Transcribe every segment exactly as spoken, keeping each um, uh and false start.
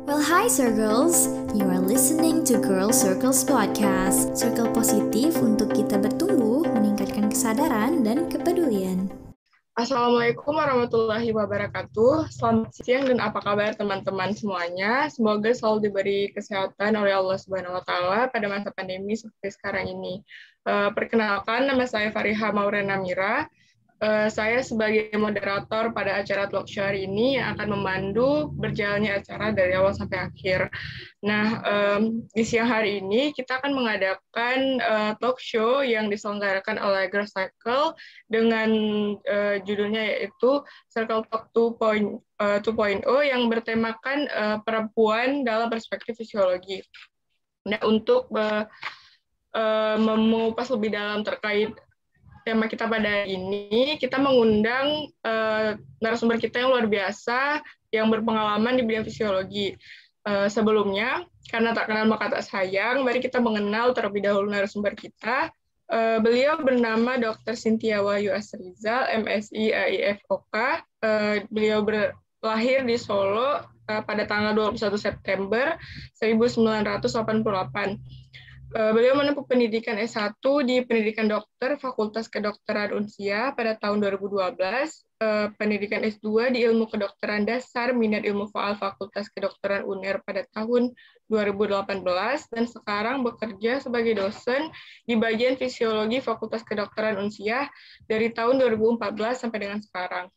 Well, hi Circles. You are listening to Girl Circles Podcast. Circle positif untuk kita bertumbuh, meningkatkan kesadaran dan kepedulian. Assalamualaikum warahmatullahi wabarakatuh. Selamat siang dan apa kabar teman-teman semuanya? Semoga selalu diberi kesehatan oleh Allah Subhanahu wa taala pada masa pandemi seperti sekarang ini. Uh, perkenalkan, nama saya Fariha Maurena Mira. Uh, saya sebagai moderator pada acara talk show hari ini yang akan memandu berjalannya acara dari awal sampai akhir. Nah, um, di siang hari ini kita akan mengadakan uh, talk show yang diselenggarakan oleh Girl Circle dengan uh, judulnya yaitu Circle Talk dua titik nol yang bertemakan uh, perempuan dalam perspektif fisiologi. Nah, untuk uh, uh, mengupas lebih dalam terkait tema kita pada hari ini, kita mengundang uh, narasumber kita yang luar biasa, yang berpengalaman di bidang fisiologi. Uh, sebelumnya, karena tak kenal maka tak sayang, mari kita mengenal terlebih dahulu narasumber kita. Uh, beliau bernama dokter Cynthia Wahyu Asrizal, M Si A I F O K. Uh, beliau lahir di Solo uh, pada tanggal dua puluh satu September seribu sembilan ratus delapan puluh delapan. Beliau menempuh pendidikan S satu di Pendidikan Dokter Fakultas Kedokteran Unsia pada tahun dua ribu dua belas, pendidikan S dua di Ilmu Kedokteran Dasar Minat Ilmu Faal Fakultas Kedokteran U N E R pada tahun dua ribu delapan belas, dan sekarang bekerja sebagai dosen di bagian Fisiologi Fakultas Kedokteran Unsia dari tahun dua ribu empat belas sampai dengan sekarang.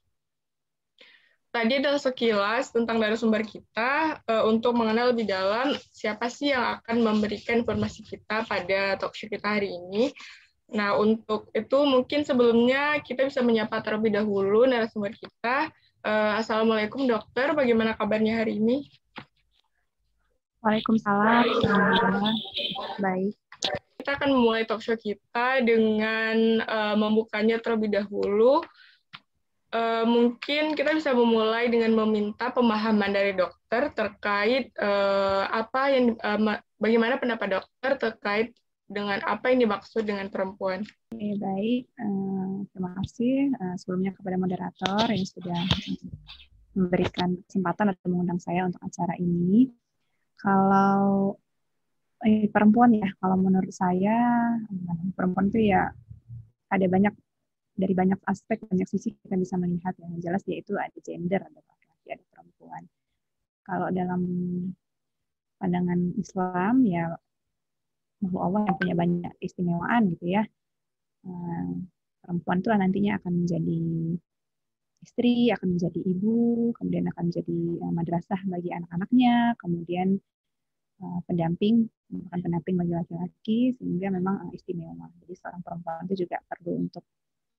Tadi adalah sekilas tentang narasumber kita uh, untuk mengenal lebih dalam siapa sih yang akan memberikan informasi kita pada talk show kita hari ini. Nah, untuk itu mungkin sebelumnya kita bisa menyapa terlebih dahulu narasumber kita. Uh, Assalamualaikum dokter, bagaimana kabarnya hari ini? Waalaikumsalam, baik. Kita akan memulai talk show kita dengan uh, membukanya terlebih dahulu. Uh, mungkin kita bisa memulai dengan meminta pemahaman dari dokter terkait uh, apa yang uh, bagaimana pendapat dokter terkait dengan apa yang dimaksud dengan perempuan. Oke, baik, uh, terima kasih uh, sebelumnya kepada moderator yang sudah memberikan kesempatan atau mengundang saya untuk acara ini. Kalau eh, perempuan ya, kalau menurut saya perempuan itu ya ada banyak, dari banyak aspek, banyak sisi kita bisa melihat. Yang jelas yaitu ada gender, ada laki-laki, ada perempuan. Kalau dalam pandangan Islam ya bahwa Allah yang punya banyak keistimewaan gitu ya. Perempuan itu nantinya akan menjadi istri, akan menjadi ibu, kemudian akan menjadi madrasah bagi anak-anaknya, kemudian pendamping, bukan pendamping bagi laki-laki, sehingga memang istimewa. Jadi seorang perempuan itu juga perlu untuk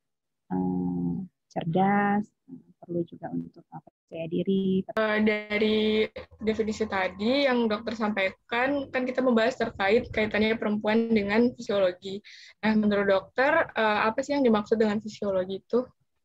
Uh, cerdas, perlu juga untuk uh, percaya diri. Uh, dari definisi tadi yang dokter sampaikan, kan kita membahas terkait kaitannya perempuan dengan fisiologi. Nah, menurut dokter, uh, apa sih yang dimaksud dengan fisiologi itu?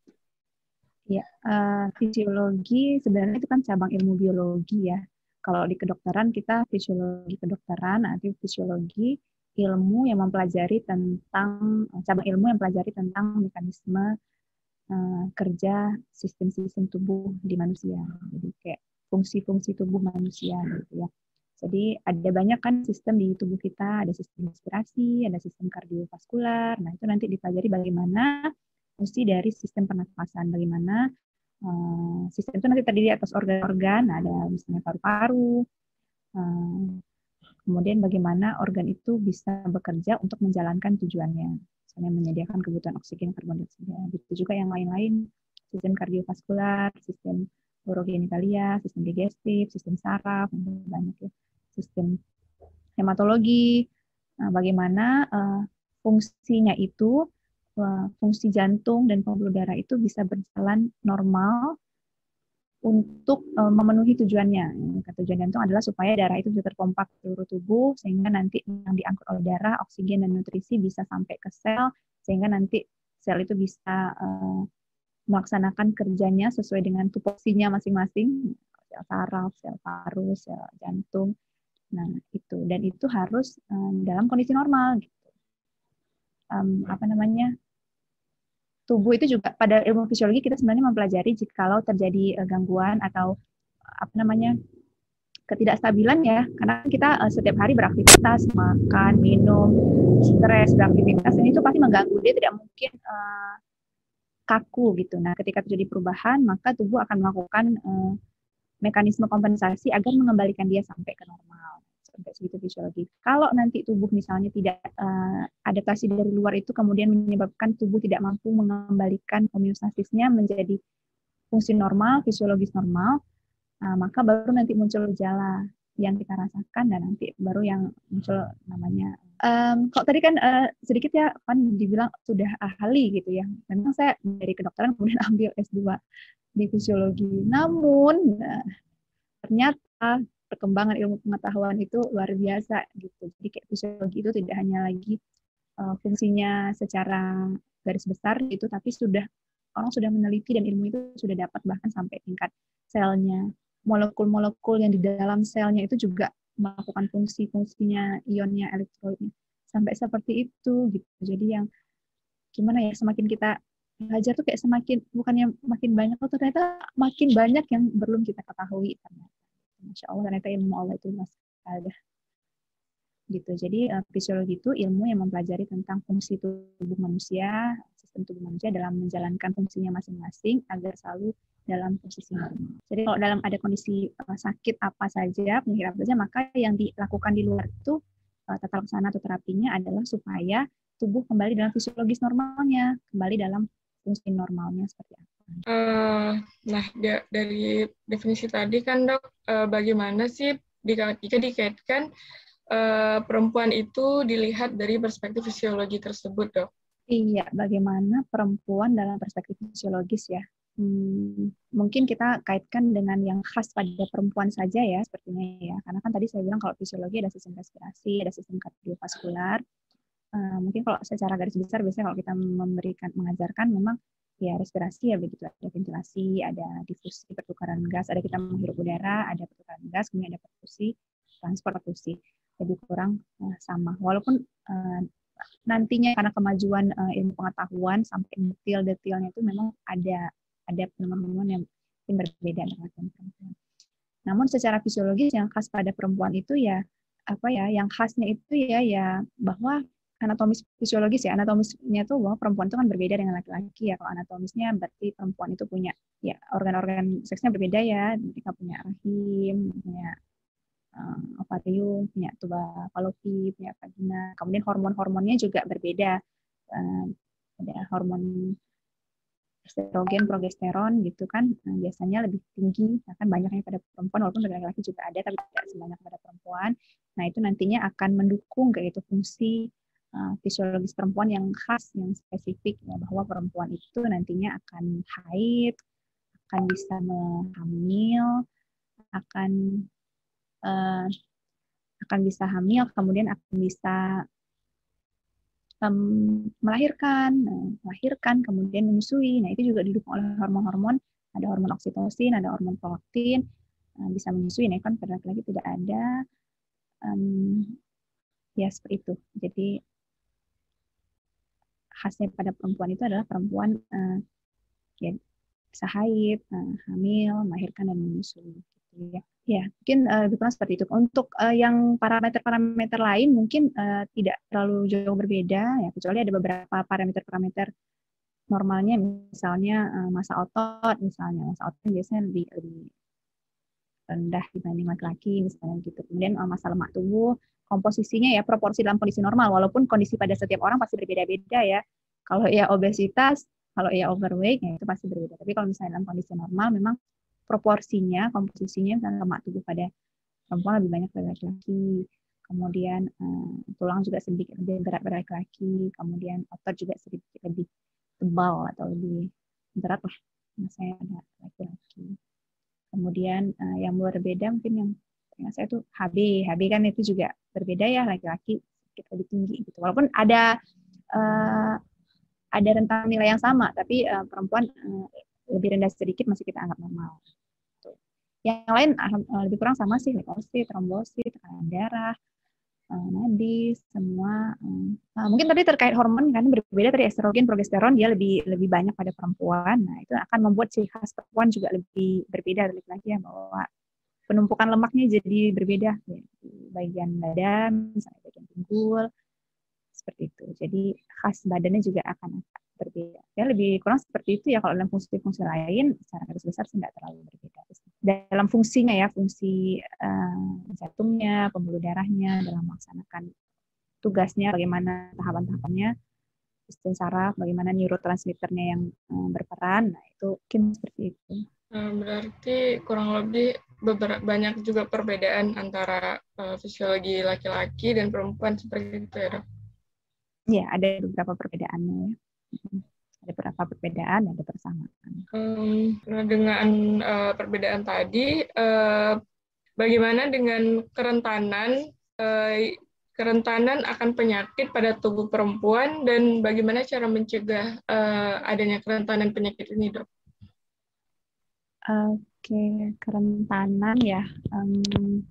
Ya, uh, fisiologi sebenarnya itu kan cabang ilmu biologi ya. Kalau di kedokteran kita fisiologi kedokteran, nanti fisiologi ilmu yang mempelajari tentang cabang ilmu yang mempelajari tentang mekanisme uh, kerja sistem-sistem tubuh di manusia. Jadi kayak fungsi-fungsi tubuh manusia gitu ya. Jadi ada banyak kan sistem di tubuh kita, ada sistem respirasi, ada sistem kardiovaskular. Nah, itu nanti dipelajari bagaimana fungsi dari sistem pernafasan, bagaimana uh, sistem itu nanti terdiri atas organ-organ, ada misalnya paru-paru, uh, kemudian bagaimana organ itu bisa bekerja untuk menjalankan tujuannya, misalnya menyediakan kebutuhan oksigen, karbon dioksida. Begitu juga yang lain-lain, sistem kardiovaskular, sistem urogenitalia, sistem digestif, sistem saraf, banyak ya, sistem hematologi. Nah, bagaimana uh, fungsinya itu, uh, fungsi jantung dan pembuluh darah itu bisa berjalan normal untuk uh, memenuhi tujuannya. Tujuan jantung adalah supaya darah itu bisa terpompa ke seluruh tubuh, sehingga nanti yang diangkut oleh darah, oksigen dan nutrisi bisa sampai ke sel, sehingga nanti sel itu bisa uh, melaksanakan kerjanya sesuai dengan tupoksinya masing-masing, sel saraf, sel paru, sel jantung. Nah, itu. Dan itu harus um, dalam kondisi normal. Gitu. Um, apa namanya? Tubuh itu juga pada ilmu fisiologi kita sebenarnya mempelajari jikalau terjadi uh, gangguan atau apa namanya ketidakstabilan ya, karena kita uh, setiap hari beraktivitas, makan, minum, stres, beraktivitas, dan itu pasti mengganggu. Dia tidak mungkin uh, kaku gitu. Nah, ketika terjadi perubahan, maka tubuh akan melakukan uh, mekanisme kompensasi agar mengembalikan dia sampai ke normal. Sampai segitu fisiologi. Kalau nanti tubuh misalnya tidak uh, adaptasi dari luar itu kemudian menyebabkan tubuh tidak mampu mengembalikan homeostasisnya menjadi fungsi normal, fisiologis normal, Nah, maka baru nanti muncul gejala yang kita rasakan dan nanti baru yang muncul namanya. Um, kalau tadi kan uh, sedikit ya kan dibilang sudah ahli gitu ya. Memang saya dari kedokteran kemudian ambil S dua di fisiologi. Namun nah, ternyata perkembangan ilmu pengetahuan itu luar biasa gitu. Jadi kayak fisiologi itu tidak hanya lagi uh, fungsinya secara garis besar itu, tapi sudah orang sudah meneliti dan ilmu itu sudah dapat bahkan sampai tingkat selnya. Molekul-molekul yang di dalam selnya itu juga melakukan fungsi-fungsinya, ionnya, elektrolitnya. Sampai seperti itu gitu. Jadi yang gimana ya, semakin kita belajar tuh kayak semakin, bukannya makin banyak, tuh ternyata makin banyak yang belum kita ketahui. Ternyata. Masya Allah, ternyata ilmu Allah itu luas sekali. Gitu. Jadi uh, fisiologi itu ilmu yang mempelajari tentang fungsi tubuh manusia, sistem tubuh manusia dalam menjalankan fungsinya masing-masing agar selalu dalam posisi normal. Jadi kalau dalam ada kondisi uh, sakit apa saja, penyakit apa saja, maka yang dilakukan di luar itu uh, tata laksana atau terapinya adalah supaya tubuh kembali dalam fisiologis normalnya, kembali dalam fungsi normalnya seperti apa. Uh, nah, da- dari definisi tadi kan dok, uh, bagaimana sih jika dikaitkan uh, perempuan itu dilihat dari perspektif fisiologi tersebut dok? Iya, bagaimana perempuan dalam perspektif fisiologis ya. Hmm, mungkin kita kaitkan dengan yang khas pada perempuan saja ya, sepertinya ya. Karena kan tadi saya bilang kalau fisiologi ada sistem respirasi, ada sistem kardiovaskular. Uh, mungkin kalau secara garis besar biasanya kalau kita memberikan mengajarkan memang ya respirasi ya begitu, ada ventilasi, ada difusi, pertukaran gas, ada kita menghirup udara, ada pertukaran gas, kemudian ada perfusi, transport perfusi. Lebih kurang uh, sama. Walaupun uh, nantinya karena kemajuan uh, ilmu pengetahuan sampai detail-detailnya itu memang ada ada penemuan-penemuan yang mungkin berbeda dengan perempuan. Namun secara fisiologis yang khas pada perempuan itu ya apa ya, yang khasnya itu ya ya bahwa anatomis fisiologis ya, anatomisnya itu bahwa perempuan itu kan berbeda dengan laki-laki ya. Kalau anatomisnya berarti perempuan itu punya ya organ-organ seksnya berbeda ya, mereka punya rahim, punya um, ovarium, punya tuba falopi, punya vagina. Kemudian hormon-hormonnya juga berbeda. Uh, ada hormon estrogen, progesteron gitu kan, nah, biasanya lebih tinggi, nah, kan banyaknya pada perempuan, walaupun pada laki-laki juga ada, tapi tidak sebanyak pada perempuan. Nah itu nantinya akan mendukung kayak itu fungsi uh, fisiologis perempuan yang khas, yang spesifik ya, bahwa perempuan itu nantinya akan haid, akan bisa hamil, akan uh, akan bisa hamil, kemudian akan bisa Um, melahirkan, nah, melahirkan, kemudian menyusui. Nah, itu juga didukung oleh hormon-hormon. Ada hormon oksitosin, ada hormon prolaktin, uh, bisa menyusui. Nah, kan pada laki-laki tidak ada. Um, ya, seperti itu. Jadi, khasnya pada perempuan itu adalah perempuan uh, ya, bisa haid, uh, hamil, melahirkan, dan menyusui. Gitu, ya. Ya, mungkin uh, lebih kurang seperti itu. Untuk uh, yang parameter-parameter lain mungkin uh, tidak terlalu jauh berbeda, ya, kecuali ada beberapa parameter-parameter normalnya, misalnya uh, massa otot, misalnya massa otot biasanya lebih, lebih rendah dibanding laki-laki, misalnya gitu. Kemudian uh, massa lemak tubuh, komposisinya ya proporsi dalam kondisi normal, walaupun kondisi pada setiap orang pasti berbeda-beda ya. Kalau ya obesitas, kalau ya overweight, ya itu pasti berbeda. Tapi kalau misalnya dalam kondisi normal, memang proporsinya, komposisinya dan lemak tubuh pada perempuan lebih banyak pada laki-laki. Kemudian um, tulang juga sedikit lebih berat pada laki-laki. Kemudian otot juga sedikit lebih tebal atau lebih berat lah. Misalnya ada laki-laki. Kemudian uh, yang berbeda mungkin yang yang saya tuh H B. H B kan itu juga berbeda ya, laki-laki sedikit lebih tinggi gitu. Walaupun ada uh, ada rentang nilai yang sama, tapi uh, perempuan uh, lebih rendah sedikit masih kita anggap normal. Yang lain lebih kurang sama sih, leukosit, trombosit, tekanan darah, nadi, semua. Nah, mungkin tadi terkait hormon kan berbeda, tadi estrogen, progesteron dia lebih lebih banyak pada perempuan. Nah itu akan membuat ciri khas perempuan juga lebih berbeda dari laki-laki ya, bahwa penumpukan lemaknya jadi berbeda ya, di bagian badan, misalnya bagian pinggul, seperti itu. Jadi khas badannya juga akan berbeda. Ya lebih kurang seperti itu ya. Kalau dalam fungsi-fungsi lain, secara garis besar sih nggak terlalu berbeda. Dalam fungsinya ya, fungsi uh, jantungnya, pembuluh darahnya, dalam melaksanakan tugasnya, bagaimana tahapan-tahapannya, sistem saraf, bagaimana neurotransmitternya yang uh, berperan, nah itu mungkin seperti itu. Nah, berarti kurang lebih beberapa, banyak juga perbedaan antara uh, fisiologi laki-laki dan perempuan seperti itu ya, Dok? Ya, ada beberapa perbedaannya ya. Ada beberapa perbedaan, ada persamaan. Um, nah, dengan uh, perbedaan tadi, uh, bagaimana dengan kerentanan uh, kerentanan akan penyakit pada tubuh perempuan dan bagaimana cara mencegah uh, adanya kerentanan penyakit ini, Dok? Oke, kerentanan ya. Um,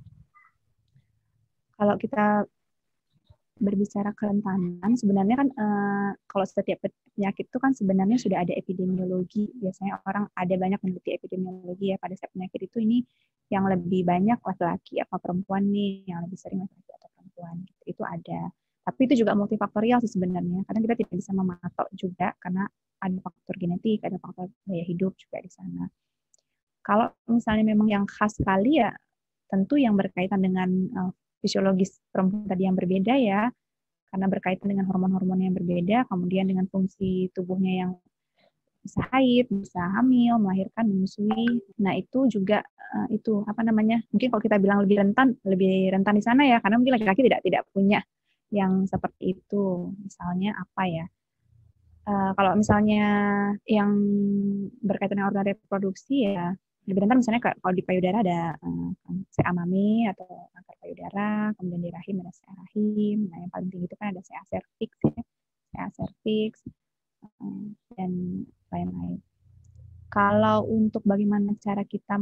kalau kita berbicara kerentanan, sebenarnya kan uh, kalau setiap penyakit itu kan sebenarnya sudah ada epidemiologi. Biasanya orang ada banyak meneliti epidemiologi ya pada setiap penyakit itu, ini yang lebih banyak laki-laki apa perempuan nih, yang lebih sering laki-laki atau perempuan. Gitu. Itu ada. Tapi itu juga multifaktorial sih sebenarnya. Kadang kita tidak bisa mematok juga karena ada faktor genetik, ada faktor gaya hidup juga di sana. Kalau misalnya memang yang khas sekali ya tentu yang berkaitan dengan uh, fisiologis perempuan tadi yang berbeda ya, karena berkaitan dengan hormon-hormon yang berbeda, kemudian dengan fungsi tubuhnya yang bisa haid, bisa hamil, melahirkan, menyusui. Nah itu juga uh, itu apa namanya? Mungkin kalau kita bilang lebih rentan, lebih rentan di sana ya, karena mungkin laki-laki tidak tidak punya yang seperti itu. Misalnya apa ya? Uh, kalau misalnya yang berkaitan dengan organ reproduksi ya lebih rentan, misalnya kalau di payudara ada uh, C A mame atau kanker payudara, kemudian di rahim ada C A rahim. Nah yang paling tinggi itu kan ada C A cervix ya, C A cervix uh, dan lain-lain. Kalau untuk bagaimana cara kita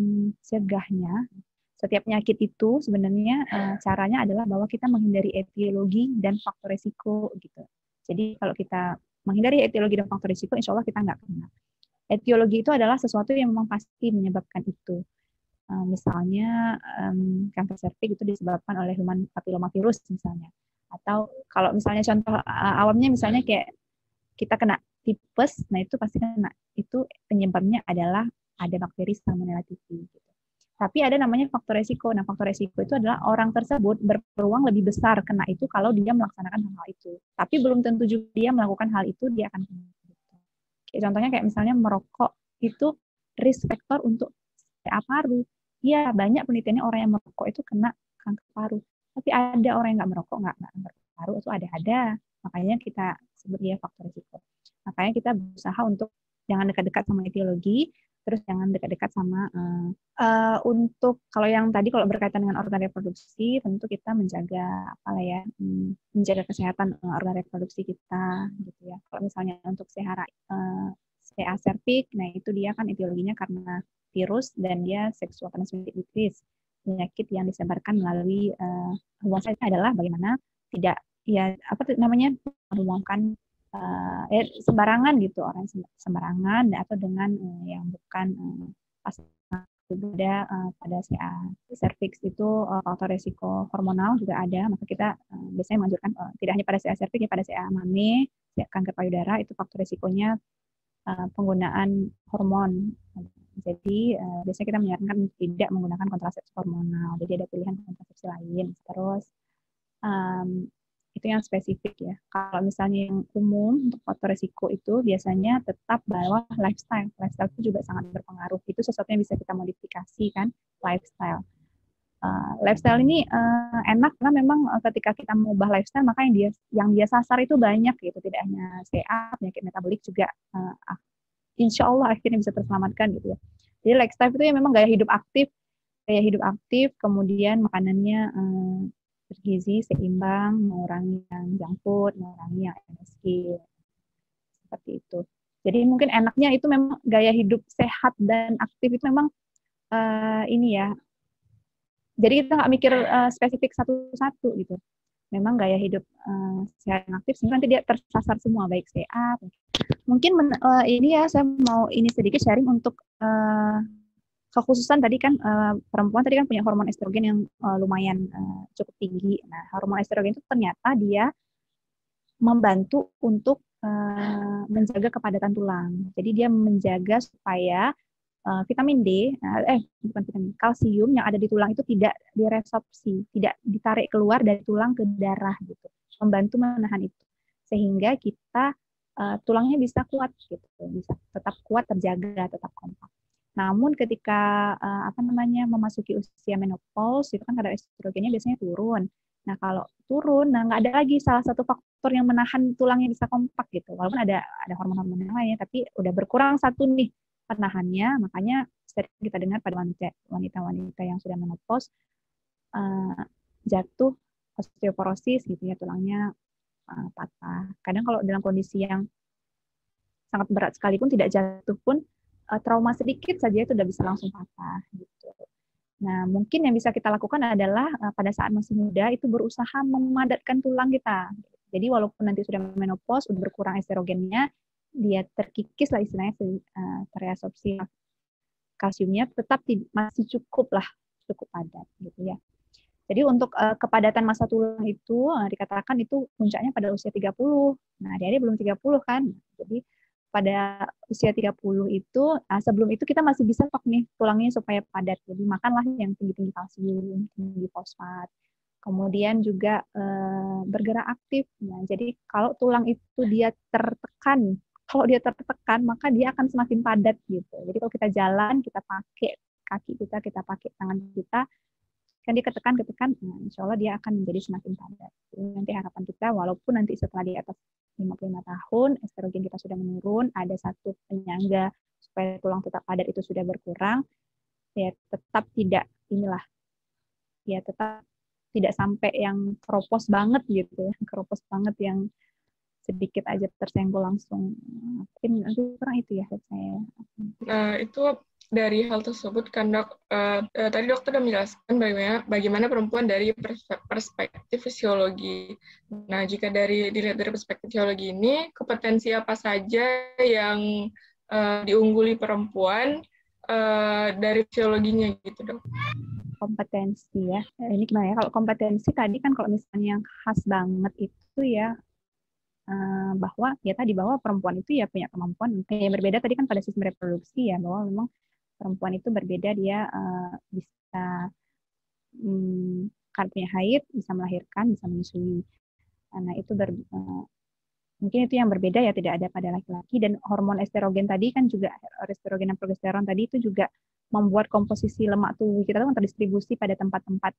mencegahnya, setiap penyakit itu sebenarnya uh, caranya adalah bahwa kita menghindari etiologi dan faktor risiko gitu. Jadi kalau kita menghindari etiologi dan faktor risiko, insya Allah kita nggak kena. Etiologi itu adalah sesuatu yang memang pasti menyebabkan itu. Uh, misalnya um, kanker serviks itu disebabkan oleh human papillomavirus misalnya. Atau kalau misalnya contoh uh, awamnya misalnya kayak kita kena tipes, nah itu pasti kena. Itu penyebabnya adalah ada bakteri Salmonella typhi. Gitu. Tapi ada namanya faktor resiko. Nah faktor resiko itu adalah orang tersebut berpeluang lebih besar kena itu kalau dia melaksanakan hal itu. Tapi belum tentu juga dia melakukan hal itu dia akan kena. Contohnya kayak misalnya merokok itu risk factor untuk C A paru. Iya, banyak penelitiannya orang yang merokok itu kena kanker paru. Tapi ada orang yang nggak merokok, nggak kanker paru, itu ada-ada. Makanya kita sebut dia faktor risiko. Makanya kita berusaha untuk jangan dekat-dekat sama etiologi, terus jangan dekat-dekat sama uh, uh, untuk kalau yang tadi kalau berkaitan dengan organ reproduksi, tentu kita menjaga apa lah ya, menjaga kesehatan uh, organ reproduksi kita, gitu ya. Kalau misalnya untuk C A uh, C A cervix, nah itu dia kan etiologinya karena virus dan dia sexual transmitted disease, penyakit yang disebarkan melalui uh, hubungan seks adalah bagaimana tidak ya apa namanya menghubungkan uh, eh, sembarangan gitu orang sembarangan atau dengan uh, yang bukan uh, pas berbeda uh, pada C A cervix itu uh, faktor resiko hormonal juga ada, maka kita uh, biasanya menganjurkan uh, tidak hanya pada C A cervix ya pada C A mame, kanker payudara itu faktor resikonya uh, penggunaan hormon. Jadi uh, biasanya kita menyarankan tidak menggunakan kontrasepsi hormonal. Jadi ada pilihan kontrasepsi lain. Terus um, itu yang spesifik ya. Kalau misalnya yang umum untuk faktor risiko itu biasanya tetap bahwa lifestyle. Lifestyle itu juga sangat berpengaruh. Itu sesuatu yang bisa kita modifikasi kan, lifestyle. Uh, lifestyle ini uh, enak karena memang uh, ketika kita mengubah lifestyle maka yang dia yang dia sasar itu banyak gitu. Tidak hanya C A, penyakit metabolik juga uh, insya Allah akhirnya bisa terselamatkan gitu ya. Jadi lifestyle itu ya memang gaya hidup aktif, gaya hidup aktif, kemudian makanannya eh, bergizi, seimbang, mengurangi yang junk food, mengurangi yang M S G, seperti itu. Jadi mungkin enaknya itu memang gaya hidup sehat dan aktif itu memang eh, ini ya. Jadi kita nggak mikir eh, spesifik satu-satu gitu. Memang gaya hidup uh, sehat dan aktif sehingga nanti dia tersasar semua baik C A. Mungkin men, uh, ini ya saya mau ini sedikit sharing untuk uh, kekhususan tadi kan uh, perempuan tadi kan punya hormon estrogen yang uh, lumayan uh, cukup tinggi. Nah, hormon estrogen itu ternyata dia membantu untuk uh, menjaga kepadatan tulang. Jadi dia menjaga supaya uh, vitamin D, uh, eh bukan vitamin, kalsium yang ada di tulang itu tidak diresorpsi, tidak ditarik keluar dari tulang ke darah gitu. Membantu menahan itu sehingga kita uh, tulangnya bisa kuat gitu, bisa tetap kuat, terjaga, tetap kompak. Namun ketika uh, apa namanya memasuki usia menopause itu kan kadar estrogennya biasanya turun. Nah kalau turun, nah nggak ada lagi salah satu faktor yang menahan tulangnya bisa kompak gitu. Walaupun ada ada hormon-hormon yang lain, tapi udah berkurang satu nih penahannya. Makanya sering kita dengar pada wanita-wanita yang sudah menopause uh, jatuh osteoporosis gitu ya, tulangnya uh, patah. Kadang kalau dalam kondisi yang sangat berat sekalipun tidak jatuh pun uh, trauma sedikit saja itu udah bisa langsung patah gitu. Nah, mungkin yang bisa kita lakukan adalah uh, pada saat masih muda itu berusaha memadatkan tulang kita. Jadi walaupun nanti sudah menopause, udah berkurang estrogennya, dia terkikis lah istilahnya, uh, terreabsorpsi kalsiumnya, tetap masih cukup lah, cukup padat gitu ya. Jadi untuk uh, kepadatan massa tulang itu uh, dikatakan itu puncaknya pada usia tiga puluh. Nah, dia belum tiga puluh kan. Jadi pada usia tiga puluh itu, nah sebelum itu kita masih bisa tok nih tulangnya supaya padat. Jadi makanlah yang tinggi-tinggi kalsium, tinggi fosfat. Kemudian juga eh, bergerak aktif. Nah, jadi kalau tulang itu dia tertekan, kalau dia tertekan maka dia akan semakin padat gitu. Jadi kalau kita jalan, kita pakai kaki kita, kita pakai tangan kita, kan dia ketekan-ketekan, nah insya Allah dia akan menjadi semakin padat. Jadi nanti harapan kita, walaupun nanti setelah di atas lima puluh lima tahun, estrogen kita sudah menurun, ada satu penyangga supaya tulang tetap padat itu sudah berkurang, ya tetap tidak, inilah, ya tetap tidak sampai yang keropos banget gitu ya, keropos banget yang sedikit aja tersenggol langsung. Mungkin nanti kurang itu ya saya. Nah, itu dari hal tersebut kan dok, uh, uh, tadi dokter sudah menjelaskan bagaimana, bagaimana perempuan dari perspektif fisiologi. Nah, jika dari dilihat dari perspektif fisiologi ini, kompetensi apa saja yang uh, diungguli perempuan uh, dari fisiologinya gitu dok? Kompetensi ya, ini gimana ya? Kalau kompetensi tadi kan kalau misalnya yang khas banget itu ya, uh, bahwa ya tadi bahwa perempuan itu ya punya kemampuan yang berbeda tadi kan pada sistem reproduksi ya, bahwa memang perempuan itu berbeda, dia uh, bisa um, kan punya haid, bisa melahirkan, bisa menyusui. Nah itu ber, uh, mungkin itu yang berbeda ya, tidak ada pada laki-laki. Dan hormon estrogen tadi kan juga, estrogen dan progesteron tadi itu juga membuat komposisi lemak tubuh kita itu terdistribusi pada tempat-tempat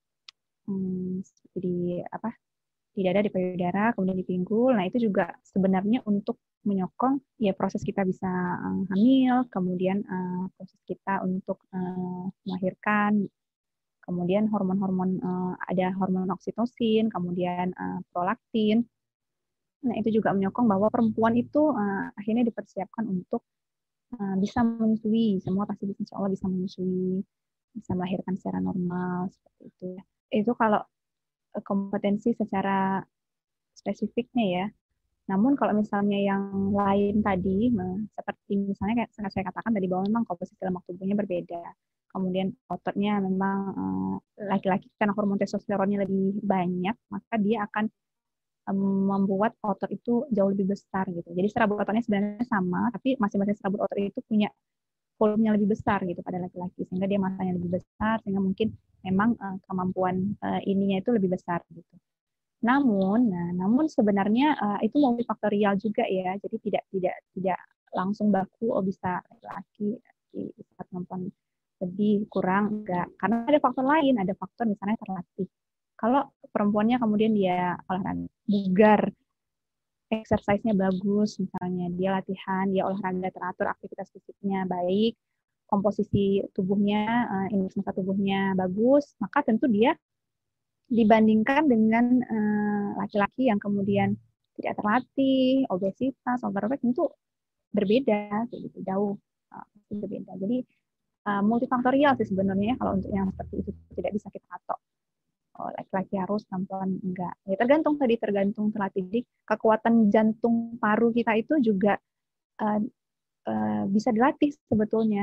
um, seperti di apa di dada, di payudara, kemudian di pinggul. Nah itu juga sebenarnya untuk menyokong ya proses kita bisa uh, hamil, kemudian uh, proses kita untuk uh, melahirkan, kemudian hormon-hormon uh, ada hormon oksitosin, kemudian uh, prolaktin. Nah itu juga menyokong bahwa perempuan itu uh, akhirnya dipersiapkan untuk uh, bisa menyusui. Semua pasti bisa, insya Allah bisa menyusui, bisa melahirkan secara normal seperti itu ya. Itu kalau kompetensi secara spesifiknya ya. Namun kalau misalnya yang lain tadi, seperti misalnya kayak saya katakan tadi bahwa memang komposisi lemak tubuhnya berbeda. Kemudian ototnya memang laki-laki karena hormon testosteronnya lebih banyak, maka dia akan membuat otot itu jauh lebih besar gitu. Jadi serabut ototnya sebenarnya sama, tapi masing-masing serabut otot itu punya volumenya lebih besar gitu pada laki-laki, sehingga dia masanya lebih besar, sehingga mungkin memang kemampuan ininya itu lebih besar gitu. Namun, nah, namun sebenarnya uh, itu multifaktorial juga ya. Jadi tidak tidak tidak langsung baku oh bisa laki-laki bisa kemampuan lebih kurang, enggak. Karena ada faktor lain, ada faktor misalnya terlatih. Kalau perempuannya kemudian dia olahraga bugar, exercise-nya bagus, misalnya dia latihan, dia olahraga teratur, aktivitas fisiknya baik, komposisi tubuhnya, uh, indeks massa tubuhnya bagus, maka tentu dia dibandingkan dengan uh, laki-laki yang kemudian tidak terlatih, obesitas, overweight tentu berbeda, gitu, jauh uh, berbeda. Jadi uh, multifaktorial sih sebenarnya kalau untuk yang seperti itu tidak bisa kita patok. Oh, laki-laki harus, perempuan enggak. Ya tergantung tadi, tergantung terlatih. Jadi kekuatan jantung paru kita itu juga uh, uh, bisa dilatih sebetulnya gitu.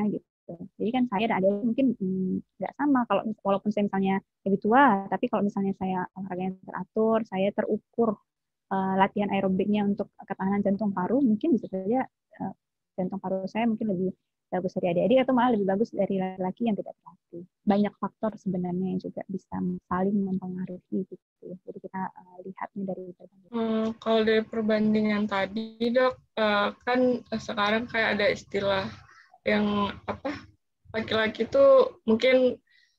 gitu. Jadi kan saya dan adik mungkin nggak hmm, sama. Kalau walaupun saya misalnya lebih tua, tapi kalau misalnya saya olahraganya teratur, saya terukur uh, latihan aerobiknya untuk ketahanan jantung paru, mungkin bisa saja uh, jantung paru saya mungkin lebih bagus dari adik-adik atau malah lebih bagus dari laki-laki yang tidak terlatih. Banyak faktor sebenarnya yang juga bisa saling mempengaruhi gitu. Jadi kita uh, lihatnya dari perbandingan. Hmm, kalau dari perbandingan tadi dok, uh, kan sekarang kayak ada istilah yang apa laki-laki tuh mungkin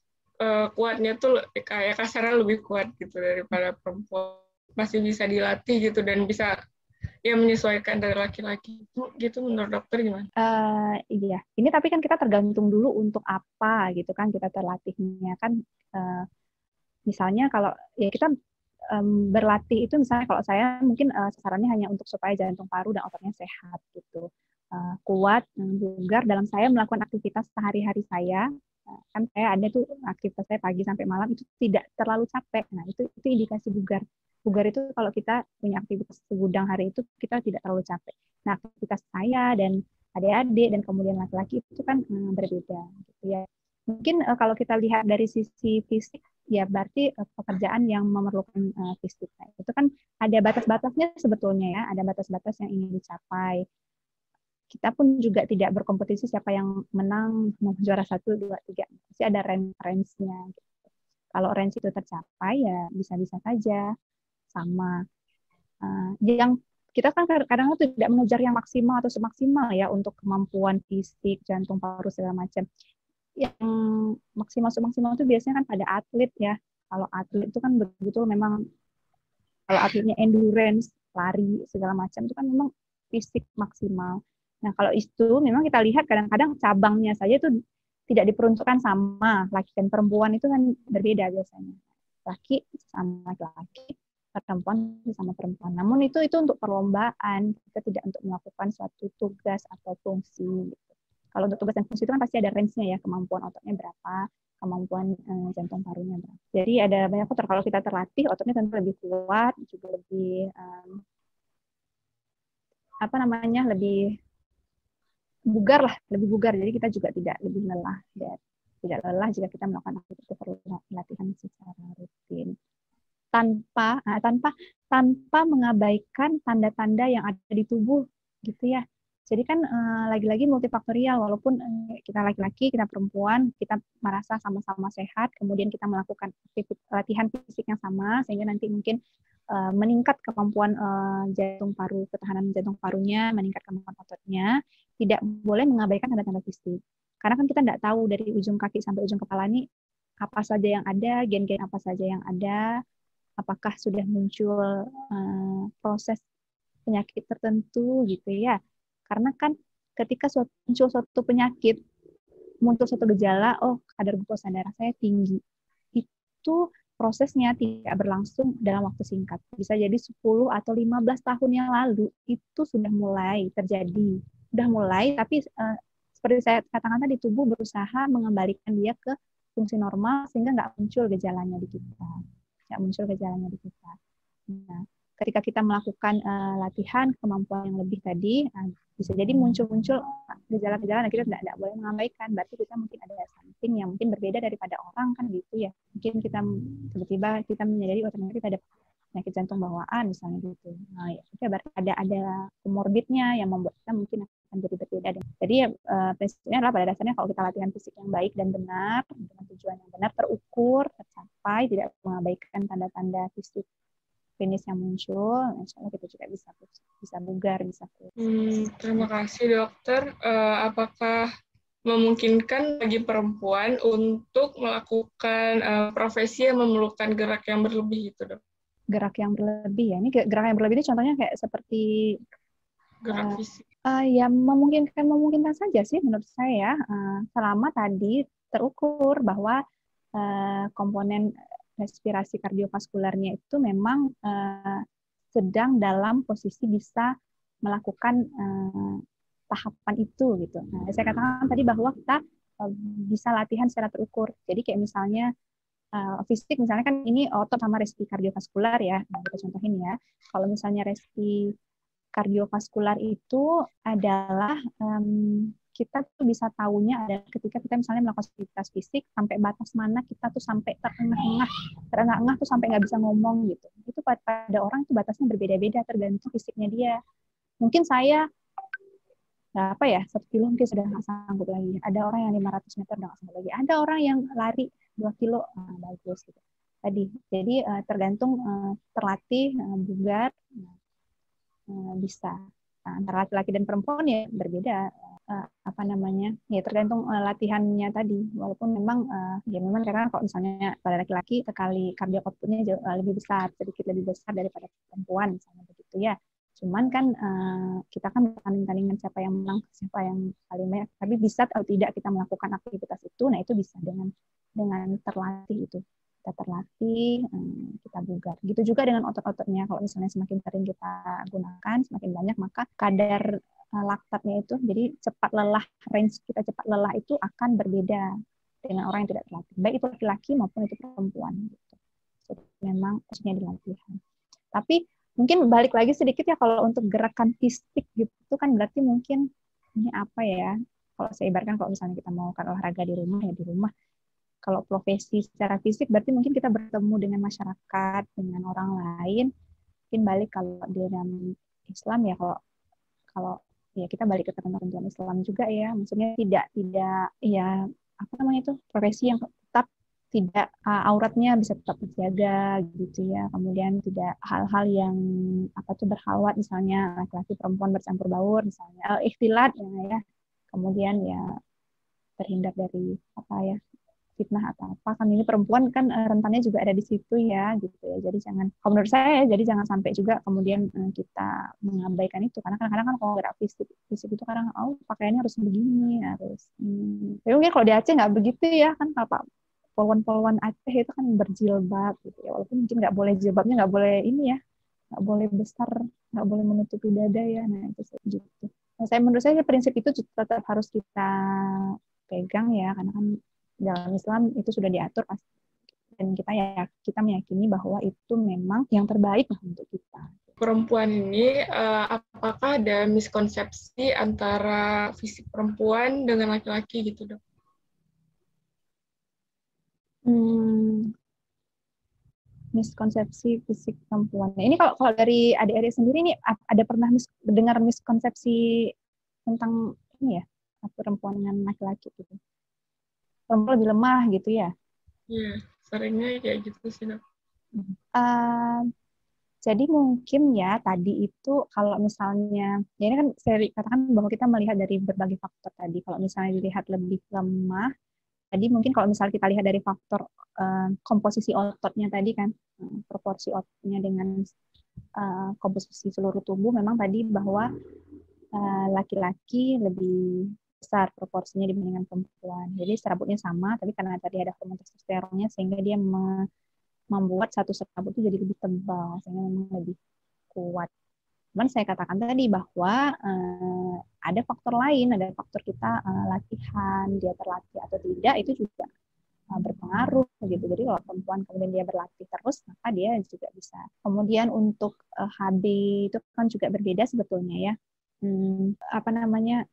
uh, kuatnya tuh kayak kasarnya lebih kuat gitu daripada perempuan, masih bisa dilatih gitu dan bisa ya menyesuaikan dari laki-laki itu gitu. Menurut dokter gimana? Uh, iya, ini tapi kan kita tergantung dulu untuk apa gitu kan kita terlatihnya kan. Uh, misalnya kalau ya kita um, berlatih itu misalnya kalau saya mungkin uh, sasarannya hanya untuk supaya jantung paru dan ototnya sehat gitu, uh, kuat, bugar dalam saya melakukan aktivitas sehari-hari saya. Uh, kan saya ada tuh aktivitas saya pagi sampai malam itu tidak terlalu capek. Nah itu itu indikasi bugar. Bugar itu kalau kita punya aktivitas segudang hari itu kita tidak terlalu capek. Nah aktivitas saya dan adik-adik dan kemudian laki-laki itu kan hmm, berbeda gitu ya. Mungkin uh, kalau kita lihat dari sisi fisik ya berarti uh, pekerjaan yang memerlukan uh, fisik. Nah, itu kan ada batas-batasnya sebetulnya ya, ada batas-batas yang ingin dicapai. Kita pun juga tidak berkompetisi siapa yang menang mau juara satu, dua, tiga. Pasti ada range-nya. Gitu. Kalau range itu tercapai ya bisa-bisa saja sama. Uh, yang kita kan kadang-kadang tidak mengejar yang maksimal atau semaksimal ya untuk kemampuan fisik, jantung paru segala macam. Yang maksimal semaksimal itu biasanya kan pada atlet ya. Kalau atlet itu kan betul-betul memang kalau atletnya endurance, lari segala macam itu kan memang fisik maksimal. Nah kalau itu memang kita lihat kadang-kadang cabangnya saja itu tidak diperuntukkan sama laki dan perempuan, itu kan berbeda biasanya. Laki sama laki, perempuan sama perempuan. Namun itu itu untuk perlombaan, kita tidak untuk melakukan suatu tugas atau fungsi. Gitu. Kalau untuk tugas dan fungsi itu kan pasti ada range-nya ya, kemampuan ototnya berapa, kemampuan eh, jantung parunya berapa. Jadi ada banyak faktor. Kalau kita terlatih, ototnya tentu lebih kuat, juga lebih um, apa namanya, lebih bugar lah, lebih bugar. Jadi kita juga tidak lebih lelah, dan tidak lelah jika kita melakukan aktivitas latihan secara rutin. Tanpa nah, tanpa tanpa mengabaikan tanda-tanda yang ada di tubuh gitu ya. Jadi kan uh, lagi-lagi multifaktorial, walaupun uh, kita laki-laki, kita perempuan, kita merasa sama-sama sehat, kemudian kita melakukan aktivitas latihan fisik yang sama sehingga nanti mungkin uh, meningkat kemampuan uh, jantung paru, ketahanan jantung parunya, meningkat kemampuan ototnya, tidak boleh mengabaikan tanda-tanda fisik. Karena kan kita tidak tahu dari ujung kaki sampai ujung kepala ini apa saja yang ada, gen-gen apa saja yang ada, apakah sudah muncul uh, proses penyakit tertentu gitu ya. Karena kan ketika suatu, muncul suatu penyakit, muncul suatu gejala, oh kadar glukosa darah saya tinggi. Itu prosesnya tidak berlangsung dalam waktu singkat. Bisa jadi sepuluh atau lima belas tahun yang lalu itu sudah mulai terjadi. Sudah mulai, tapi uh, seperti saya katakan tadi, tubuh berusaha mengembalikan dia ke fungsi normal sehingga nggak muncul gejalanya di kita. Nggak muncul gejalanya di kita. Nah, ketika kita melakukan uh, latihan kemampuan yang lebih tadi, nah, bisa jadi muncul-muncul gejala-gejala, nah kita tidak, tidak boleh mengabaikan, berarti kita mungkin ada something yang mungkin berbeda daripada orang kan gitu ya. Mungkin kita tiba-tiba kita menyadari oh ternyata kita ada penyakit jantung bawaan misalnya gitu. Nah ya itu berarti ada ada komorbidnya yang membuat kita mungkin akan jadi berbeda. Jadi uh, prinsipnya adalah pada dasarnya kalau kita latihan fisik yang baik dan benar dengan tujuan yang benar, terukur, tercapai, tidak mengabaikan tanda-tanda fisik finish yang muncul, insya Allah kita juga bisa bisa bugar, bisa. Hmm, terima kasih dokter. Uh, apakah memungkinkan bagi perempuan untuk melakukan uh, profesi yang memerlukan gerak yang berlebih itu dok? Gerak yang berlebih ya, ini gerak yang berlebih ini contohnya kayak seperti gerak uh, fisik. Uh, ya memungkinkan memungkinkan saja sih menurut saya, uh, selama tadi terukur bahwa uh, komponen respirasi kardiovaskularnya itu memang uh, sedang dalam posisi bisa melakukan uh, tahapan itu gitu. Nah, saya katakan tadi bahwa kita uh, bisa latihan secara terukur. Jadi kayak misalnya uh, fisik misalnya kan ini otot sama respi kardiovaskular ya. Nah, kita contohin ya. Kalau misalnya respi kardiovaskular itu adalah um, kita tuh bisa tahunya adalah ketika kita misalnya melakukan aktivitas fisik, sampai batas mana kita tuh sampai terengah-engah, terengah-engah tuh sampai nggak bisa ngomong gitu. Itu pada orang tuh batasnya berbeda-beda tergantung fisiknya dia. Mungkin saya nah, apa ya, satu kilo mungkin sudah nggak sanggup lagi. Ada orang yang lima ratus meter udah nggak sanggup lagi. Ada orang yang lari dua kilo, nah, bagus gitu. Tadi, jadi uh, tergantung uh, terlatih, uh, bugar, uh, bisa. Nah, antara laki-laki dan perempuan ya berbeda. Uh, apa namanya, ya tergantung uh, latihannya tadi. Walaupun memang uh, ya memang karena kalau misalnya pada laki-laki sekali cardio output-nya jauh, uh, lebih besar, sedikit lebih besar daripada perempuan misalnya begitu ya. Cuman kan uh, kita kan tanding-tandingan siapa yang menang, siapa yang paling banyak. Tapi bisa atau tidak kita melakukan aktivitas itu, nah itu bisa dengan dengan terlatih itu. Kita terlatih, um, kita bugar. Gitu juga dengan otot-ototnya. Kalau misalnya semakin sering kita gunakan, semakin banyak, maka kadar laktatnya itu, jadi cepat lelah, range kita cepat lelah itu akan berbeda dengan orang yang tidak terlatih. Baik itu laki-laki maupun itu perempuan. Gitu. Jadi memang harusnya dilatih. Tapi mungkin balik lagi sedikit ya, kalau untuk gerakan fisik gitu kan berarti mungkin ini apa ya, kalau saya ibaratkan kalau misalnya kita mau kan olahraga di rumah ya di rumah. Kalau profesi secara fisik berarti mungkin kita bertemu dengan masyarakat, dengan orang lain. Mungkin balik kalau di dalam Islam ya, kalau kalau ya kita balik ke ketentuan Islam juga ya, maksudnya tidak tidak ya apa namanya itu profesi yang tetap tidak uh, auratnya bisa tetap terjaga gitu ya, kemudian tidak hal-hal yang apa tuh berhalwat misalnya laki-laki perempuan bercampur baur misalnya, uh, ikhtilat ya, ya kemudian ya terhindar dari apa ya fitnah atau apa, kan ini perempuan kan uh, rentannya juga ada di situ ya gitu ya. Jadi jangan, kalau menurut saya ya, jadi jangan sampai juga kemudian uh, kita mengabaikan itu, karena kadang-kadang kan kalau gerak fisik fisik itu kadang oh pakaiannya harus begini, harus hmm. Tapi mungkin kalau di Aceh nggak begitu ya kan, apa polwan-polwan Aceh itu kan berjilbab gitu ya, walaupun mungkin nggak boleh jilbabnya nggak boleh ini ya, nggak boleh besar, nggak boleh menutupi dada ya, nah itu gitu. Nah, saya menurut saya prinsip itu tetap harus kita pegang ya, karena kan dalam Islam itu sudah diatur pasti, dan kita ya kita meyakini bahwa itu memang yang terbaik untuk kita. Perempuan ini uh, apakah ada miskonsepsi antara fisik perempuan dengan laki-laki gitu, Dok? Hmm, miskonsepsi fisik perempuan. Nah, ini kalau kalau dari adik-adik sendiri nih ada pernah mis, dengar miskonsepsi tentang ini ya, perempuan dengan laki-laki gitu? Perempuan lebih lemah gitu ya? Iya, seringnya kayak gitu sih, Dok. Uh, jadi mungkin ya tadi itu kalau misalnya, ya ini kan saya katakan bahwa kita melihat dari berbagai faktor tadi. Kalau misalnya dilihat lebih lemah, tadi mungkin kalau misalnya kita lihat dari faktor uh, komposisi ototnya tadi kan, uh, proporsi ototnya dengan uh, komposisi seluruh tubuh, memang tadi bahwa uh, laki-laki lebih besar proporsinya dibandingkan perempuan. Jadi serabutnya sama, tapi karena tadi ada hormon testosteronnya sehingga dia me- membuat satu serabut itu jadi lebih tebal, sehingga memang lebih kuat. Cuman saya katakan tadi bahwa uh, ada faktor lain, ada faktor kita uh, latihan, dia terlatih atau tidak, itu juga uh, berpengaruh gitu. Jadi kalau perempuan kemudian dia berlatih terus, maka dia juga bisa. Kemudian untuk uh, H B itu kan juga berbeda sebetulnya ya. Hmm, apa namanya?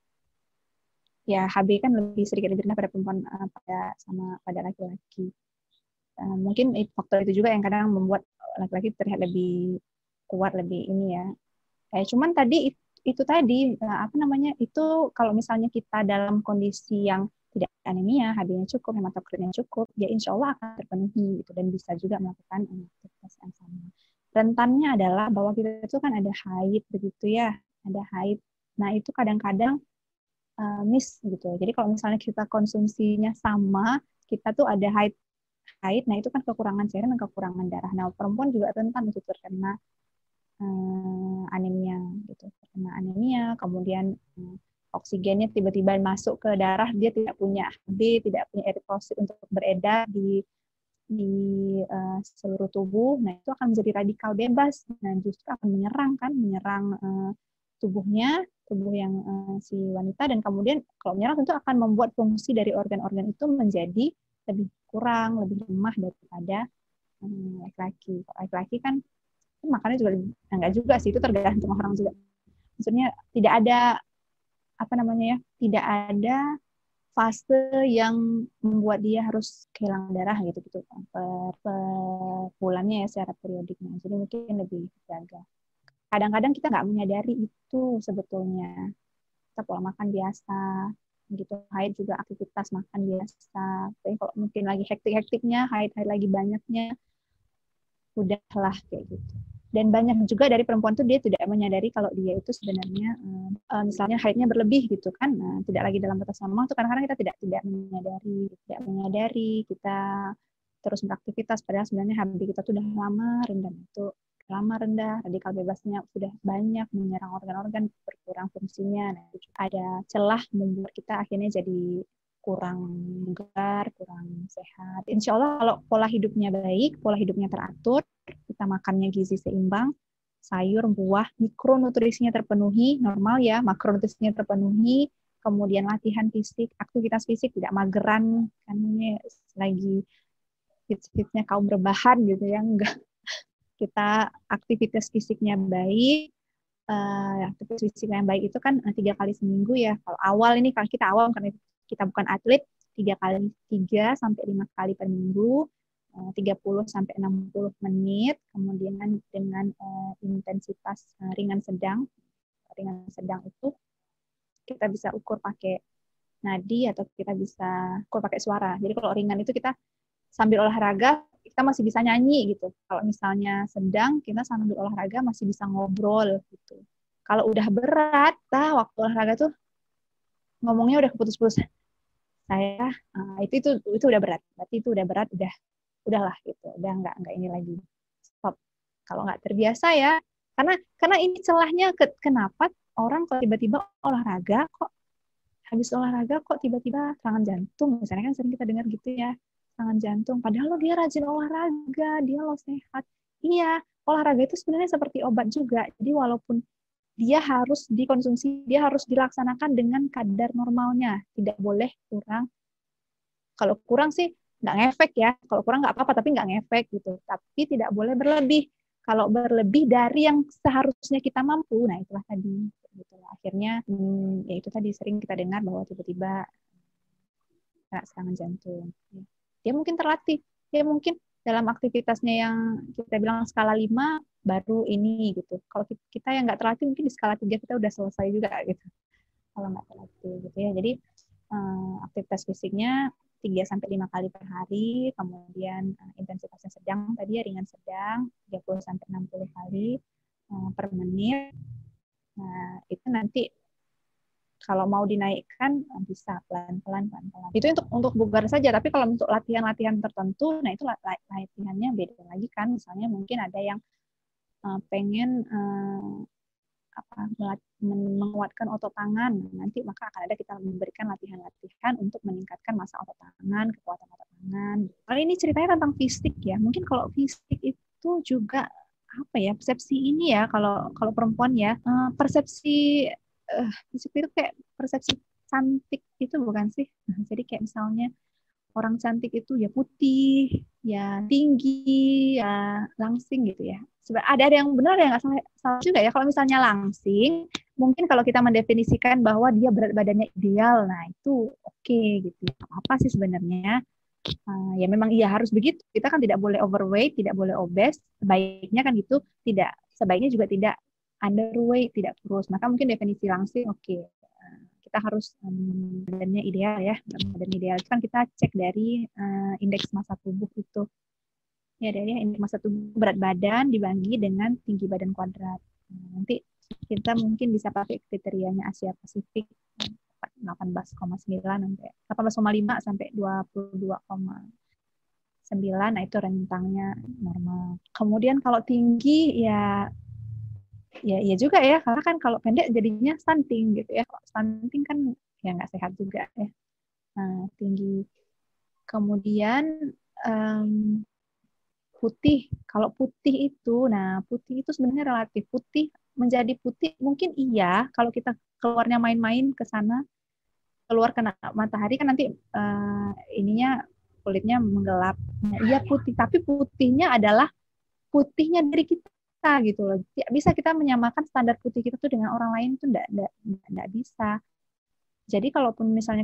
Ya H B kan lebih sedikit lebih rendah pada perempuan uh, pada sama pada laki-laki. Uh, mungkin faktor itu juga yang kadang membuat laki-laki terlihat lebih kuat, lebih ini ya. Eh, cuman tadi itu, itu tadi uh, apa namanya itu kalau misalnya kita dalam kondisi yang tidak anemia, H B-nya cukup, hematokritnya cukup, ya insya Allah akan terpenuhi gitu, dan bisa juga melakukan aktivitas yang sama. Rentannya adalah bahwa kita itu kan ada haid begitu ya, ada haid. Nah itu kadang-kadang Uh, miss gitu. Jadi kalau misalnya kita konsumsinya sama, kita tuh ada haid, haid, nah itu kan kekurangan cairan dan kekurangan darah. Nah perempuan juga rentan itu terkena uh, anemia gitu, terkena anemia. Kemudian uh, oksigennya tiba-tiba masuk ke darah, dia tidak punya H B, tidak punya eritrosit untuk beredar di di uh, seluruh tubuh. Nah itu akan menjadi radikal bebas. Nah justru akan menyerang kan, menyerang uh, tubuhnya, tubuh yang uh, si wanita, dan kemudian kalau menyerang tentu akan membuat fungsi dari organ-organ itu menjadi lebih kurang, lebih lemah daripada um, laki-laki. Kalau laki-laki kan makannya juga lebih, nah, enggak juga sih, itu tergantung orang juga. Maksudnya tidak ada apa namanya ya, tidak ada fase yang membuat dia harus kehilangan darah gitu gitu per, per bulannya ya secara periodiknya. Jadi mungkin lebih jaga. Kadang-kadang kita nggak menyadari itu sebetulnya. Kita pola makan biasa, gitu. Haid juga aktivitas makan biasa. Tapi kalau mungkin lagi hektik-hektiknya, haid-haid lagi banyaknya, udahlah kayak gitu. Dan banyak juga dari perempuan tuh dia tidak menyadari kalau dia itu sebenarnya uh, misalnya haidnya berlebih gitu kan, nah, tidak lagi dalam batas normal itu kadang-kadang kita tidak tidak menyadari, tidak menyadari kita terus beraktivitas padahal sebenarnya H B kita tuh udah lama rendah itu lama rendah, radikal bebasnya sudah banyak menyerang organ-organ berkurang fungsinya. Nah, ada celah membuat kita akhirnya jadi kurang bugar, kurang sehat. Insya Allah kalau pola hidupnya baik, pola hidupnya teratur, kita makannya gizi seimbang, sayur, buah, mikronutrisinya terpenuhi, normal ya, makronutrisinya terpenuhi, kemudian latihan fisik, aktivitas fisik, tidak mageran, kan ini lagi hits-hitsnya kaum rebahan gitu ya, enggak. Kita aktivitas fisiknya baik, uh, aktivitas fisik yang baik itu kan uh, tiga kali seminggu ya. Kalau awal ini kalau kita awal karena kita bukan atlet, tiga kali tiga sampai lima kali per minggu, uh, tiga puluh sampai enam puluh menit, kemudian dengan uh, intensitas uh, ringan sedang. Ringan sedang itu kita bisa ukur pakai nadi atau kita bisa ukur pakai suara. Jadi kalau ringan itu kita sambil olahraga kita masih bisa nyanyi gitu. Kalau misalnya sedang, kita sambil olahraga masih bisa ngobrol gitu. Kalau udah berat, nah waktu olahraga tuh ngomongnya udah keputus-putus. Saya uh, itu itu itu udah berat. Berarti itu udah berat, udah udahlah gitu. Udah nggak nggak ini lagi. Stop. Kalau nggak terbiasa ya, karena karena ini celahnya ke, kenapa orang kalau tiba-tiba olahraga kok habis olahraga kok tiba-tiba serangan jantung. Misalnya kan sering kita dengar gitu ya. Serangan jantung, padahal lo dia rajin olahraga, dia lo sehat. Iya, olahraga itu sebenarnya seperti obat juga. Jadi walaupun dia harus dikonsumsi, dia harus dilaksanakan dengan kadar normalnya. Tidak boleh kurang. Kalau kurang sih nggak ngefek ya. Kalau kurang nggak apa-apa, tapi nggak ngefek gitu. Tapi tidak boleh berlebih. Kalau berlebih dari yang seharusnya kita mampu, nah itulah tadi. Gitu. Akhirnya, hmm, ya itu tadi sering kita dengar bahwa tiba-tiba kena serangan jantung. Dia mungkin terlatih, dia mungkin dalam aktivitasnya yang kita bilang skala lima baru ini gitu. Kalau kita yang nggak terlatih mungkin di skala tiga kita udah selesai juga gitu. Kalau nggak terlatih gitu ya. Jadi eh, aktivitas fisiknya tiga sampai lima kali per hari, kemudian eh, intensitasnya sedang tadi ya ringan sedang tiga puluh sampai enam puluh kali eh, per menit. Nah, itu nanti kalau mau dinaikkan bisa pelan-pelan pelan-pelan. Itu untuk untuk bugar saja, tapi kalau untuk latihan-latihan tertentu, nah itu latihannya beda lagi kan. Misalnya mungkin ada yang uh, pengen uh, apa menguatkan otot tangan, nanti maka akan ada kita memberikan latihan-latihan untuk meningkatkan massa otot tangan, kekuatan otot tangan. Kalau ini ceritanya tentang fisik ya, mungkin kalau fisik itu juga apa ya persepsi ini ya kalau kalau perempuan ya uh, persepsi Uh, itu kayak persepsi cantik itu bukan sih? Nah, jadi kayak misalnya orang cantik itu ya putih, ya tinggi, ya langsing gitu ya. Sebenarnya ada ada yang benar ya nggak salah, salah juga ya. Kalau misalnya langsing, mungkin kalau kita mendefinisikan bahwa dia berat badannya ideal, nah itu oke okay, gitu. Apa sih sebenarnya? Uh, ya memang iya harus begitu. Kita kan tidak boleh overweight, tidak boleh obes. Sebaiknya kan gitu, tidak. Sebaiknya juga tidak underweight, tidak kurus. Maka mungkin definisi langsing, oke, okay. Kita harus um, badannya ideal ya. Badan ideal itu kan kita cek dari uh, indeks massa tubuh itu. Ya, dari indeks massa tubuh berat badan dibagi dengan tinggi badan kuadrat. Nah, nanti kita mungkin bisa pakai kriterianya Asia Pasifik delapan belas koma sembilan sampai delapan belas koma lima sampai dua puluh dua koma sembilan. Nah, itu rentangnya normal. Kemudian kalau tinggi ya ya iya juga ya, karena kan kalau pendek jadinya stunting gitu ya. Kalau stunting kan ya nggak sehat juga ya. Nah, tinggi. Kemudian um, putih. Kalau putih itu, nah putih itu sebenarnya relatif. Putih menjadi putih mungkin iya kalau kita keluarnya main-main ke sana, keluar kena matahari kan nanti uh, ininya kulitnya menggelap. Nah, iya putih, tapi putihnya adalah putihnya dari kita. Gitu loh. Bisa kita menyamakan standar putih kita tuh dengan orang lain tuh enggak enggak enggak bisa. Jadi kalaupun misalnya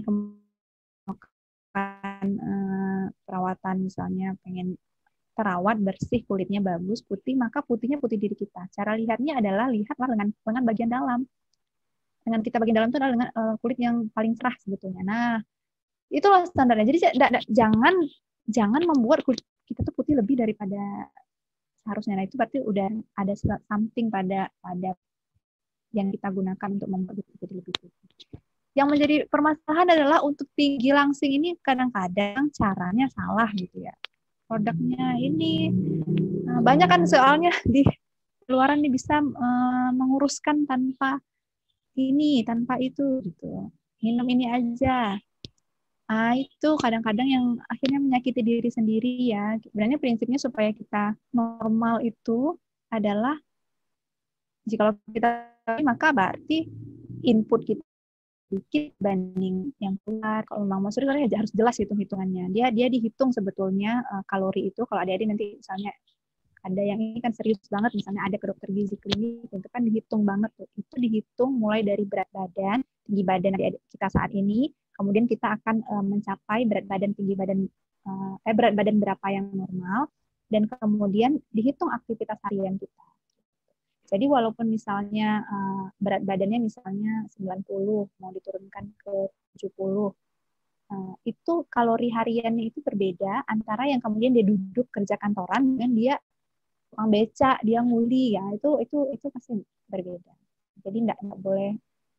kemukakan eh, perawatan misalnya pengen terawat bersih, kulitnya bagus, putih, maka putihnya putih diri kita. Cara lihatnya adalah lihatlah lengan lengan bagian dalam. Lengan kita bagian dalam itu adalah lengan, uh, kulit yang paling cerah sebetulnya. Nah, itulah standarnya. Jadi jangan jangan membuat kulit kita tuh putih lebih daripada seharusnya. Nah, itu berarti udah ada something pada pada yang kita gunakan untuk membuat kulit jadi lebih putih. Yang menjadi permasalahan adalah untuk tinggi langsing ini kadang-kadang caranya salah gitu ya. Produknya ini nah, banyak kan soalnya di luaran nih bisa uh, menguruskan tanpa ini, tanpa itu gitu. Minum ini aja. Ah, itu kadang-kadang yang akhirnya menyakiti diri sendiri ya. Sebenarnya prinsipnya supaya kita normal itu adalah jika kita maka berarti input kita sedikit banding yang keluar. Kalau memang mau serius harus jelas hitung-hitungannya. Dia dia dihitung sebetulnya uh, kalori itu. Kalau adik-adik nanti misalnya ada yang ini kan serius banget, misalnya ada ke dokter gizi klinik, itu kan dihitung banget tuh. Itu dihitung mulai dari berat badan, tinggi badan adik-adik kita saat ini, kemudian kita akan uh, mencapai berat badan tinggi badan uh, eh berat badan berapa yang normal, dan kemudian dihitung aktivitas harian kita. Jadi walaupun misalnya uh, berat badannya misalnya sembilan puluh, mau diturunkan ke tujuh puluh, uh, itu kalori hariannya itu berbeda antara yang kemudian dia duduk kerja kantoran dengan dia tukang beca, dia nguli ya, itu itu itu pasti berbeda. Jadi enggak, enggak boleh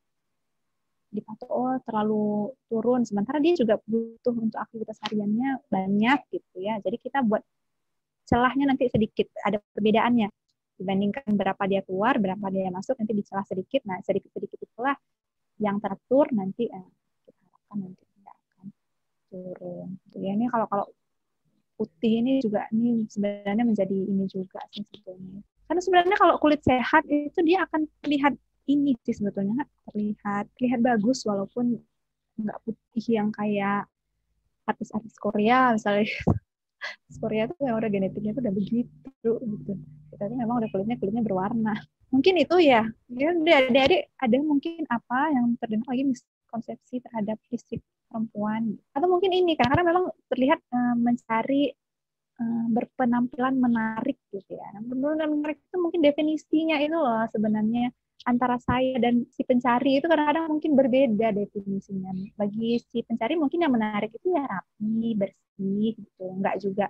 dipatok oh terlalu turun, sementara dia juga butuh untuk aktivitas hariannya banyak gitu ya. Jadi kita buat celahnya nanti sedikit, ada perbedaannya. Dibandingkan berapa dia keluar, berapa dia masuk, nanti dicelah sedikit. Nah, sedikit-sedikit itulah yang teratur nanti eh, kita harapkan nanti tidak akan turun. Jadi ini kalau kalau putih ini juga ini sebenarnya menjadi ini juga sih sebetulnya. Karena sebenarnya kalau kulit sehat itu dia akan terlihat ini sih sebetulnya terlihat terlihat bagus walaupun nggak putih yang kayak artis-artis Korea misalnya. Korea tuh yang udah genetiknya tuh udah begitu gitu. Kita tuh memang udah kulitnya kulitnya berwarna. Mungkin itu ya. Ya adik-adik ada mungkin apa yang terdengar lagi miskonsepsi terhadap fisik perempuan. Atau mungkin ini karena memang terlihat uh, mencari uh, berpenampilan menarik gitu ya. Penampilan menarik itu mungkin definisinya itu loh sebenarnya antara saya dan si pencari itu kadang-kadang mungkin berbeda definisinya. Bagi si pencari mungkin yang menarik itu ya rapi, bersih gitu. Enggak juga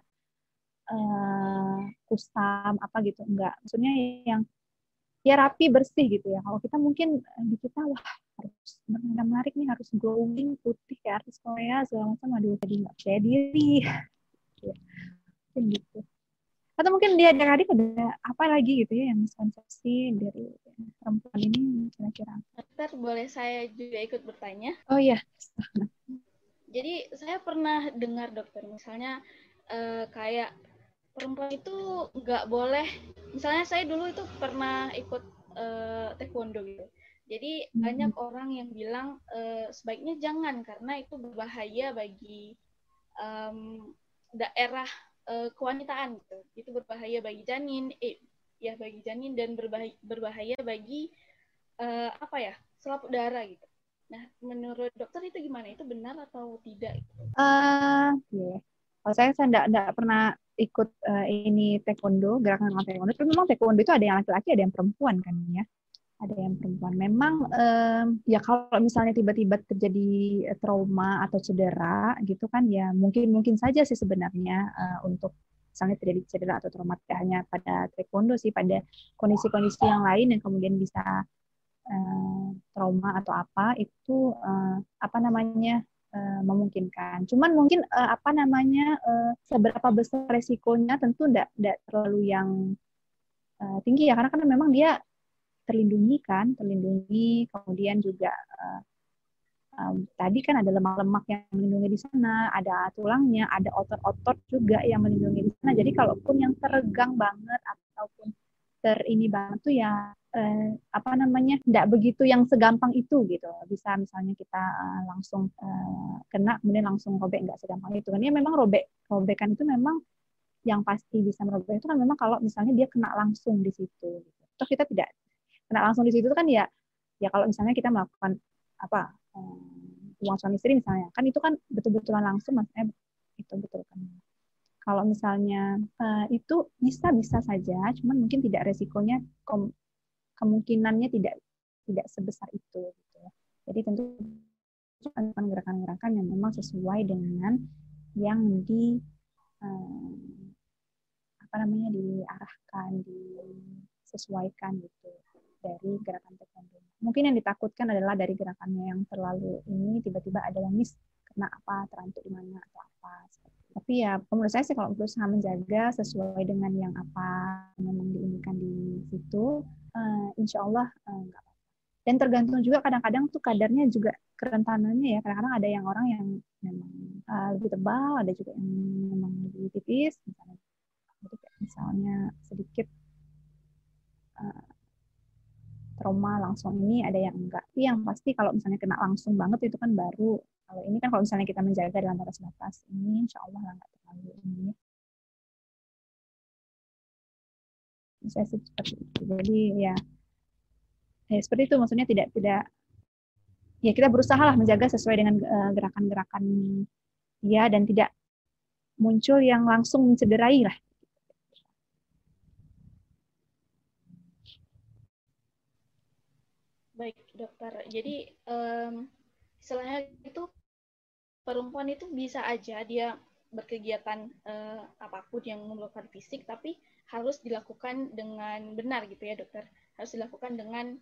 uh, kusam apa gitu, enggak. Maksudnya yang ya rapi, bersih gitu ya. Kalau kita mungkin di kita wah harus benar-benar menarik nih, harus glowing, putih kayak artis Korea segala macam, aduh jadi enggak percaya diri. Mungkin gitu. Atau mungkin dia adik-adik ada apa lagi gitu ya yang miskonsepsi dari perempuan ini kira-kira. Dokter, boleh saya juga ikut bertanya? Oh iya. Jadi saya pernah dengar dokter, misalnya eh, kayak perempuan itu nggak boleh, misalnya saya dulu itu pernah ikut eh, taekwondo gitu. Jadi hmm. banyak orang yang bilang eh, sebaiknya jangan karena itu berbahaya bagi um, daerah kewanitaan gitu. Itu berbahaya bagi janin, eh ya bagi janin dan berbahaya, berbahaya bagi uh, apa ya? selap udara gitu. Nah, menurut dokter itu gimana? Itu benar atau tidak? Uh, yeah. Kalau saya saya enggak, enggak pernah ikut uh, ini taekwondo, gerakan taekwondo. Tapi memang taekwondo itu ada yang laki-laki, ada yang perempuan kan ya. Ada yang perempuan. Memang um, ya kalau misalnya tiba-tiba terjadi trauma atau cedera gitu kan ya mungkin mungkin saja sih sebenarnya uh, untuk misalnya terjadi cedera atau trauma tidak hanya pada taekwondo sih, pada kondisi-kondisi yang lain yang kemudian bisa uh, trauma atau apa itu uh, apa namanya uh, memungkinkan. Cuman mungkin uh, apa namanya uh, seberapa besar resikonya tentu tidak tidak terlalu yang uh, tinggi ya karena kan memang dia terlindungi kan, terlindungi, kemudian juga uh, um, tadi kan ada lemak-lemak yang melindungi di sana, ada tulangnya, ada otot-otot juga yang melindungi di sana. Jadi kalaupun yang teregang banget ataupun terini banget tuh ya uh, apa namanya, tidak begitu yang segampang itu gitu. Bisa misalnya kita uh, langsung uh, kena, kemudian langsung robek, nggak segampang itu. Kan ya memang robek, robekan itu memang yang pasti bisa merobek itu kan memang kalau misalnya dia kena langsung di situ. Gitu. Terus kita tidak kena langsung di situ kan ya ya kalau misalnya kita melakukan apa um, hubungan suami istri misalnya, kan itu kan betul-betulan langsung, maksudnya itu betul kan. Kalau misalnya uh, itu bisa-bisa saja, cuman mungkin tidak resikonya, kom- kemungkinannya tidak tidak sebesar itu. Gitu. Jadi tentu gerakan-gerakan yang memang sesuai dengan yang di uh, apa namanya diarahkan, disesuaikan gitu dari gerakan taekwondo. Mungkin yang ditakutkan adalah dari gerakannya yang terlalu ini tiba-tiba ada yang miss, kena apa, terantuk di mana atau apa. Tapi ya menurut saya sih kalau berusaha menjaga sesuai dengan yang apa memang diinginkan di situ, uh, insya Allah uh, enggak apa-apa. Dan tergantung juga kadang-kadang tuh kadarnya juga kerentanannya ya. Kadang-kadang ada yang orang yang memang uh, lebih tebal, ada juga yang memang lebih tipis misalnya. Jadi misalnya sedikit uh, trauma langsung ini, ada yang enggak. Tapi yang pasti kalau misalnya kena langsung banget itu kan baru. Kalau ini kan kalau misalnya kita menjaga dalam batas-batas ini, insya Allah lah nggak terlalu ini. Saya sih seperti itu. Jadi ya, ya seperti itu. Maksudnya tidak tidak ya kita berusaha lah menjaga sesuai dengan uh, gerakan-gerakan dia dan tidak muncul yang langsung mencederai lah. Baik dokter. Jadi um, istilahnya itu perempuan itu bisa aja dia berkegiatan uh, apapun yang memerlukan fisik, tapi harus dilakukan dengan benar gitu ya dokter. Harus dilakukan dengan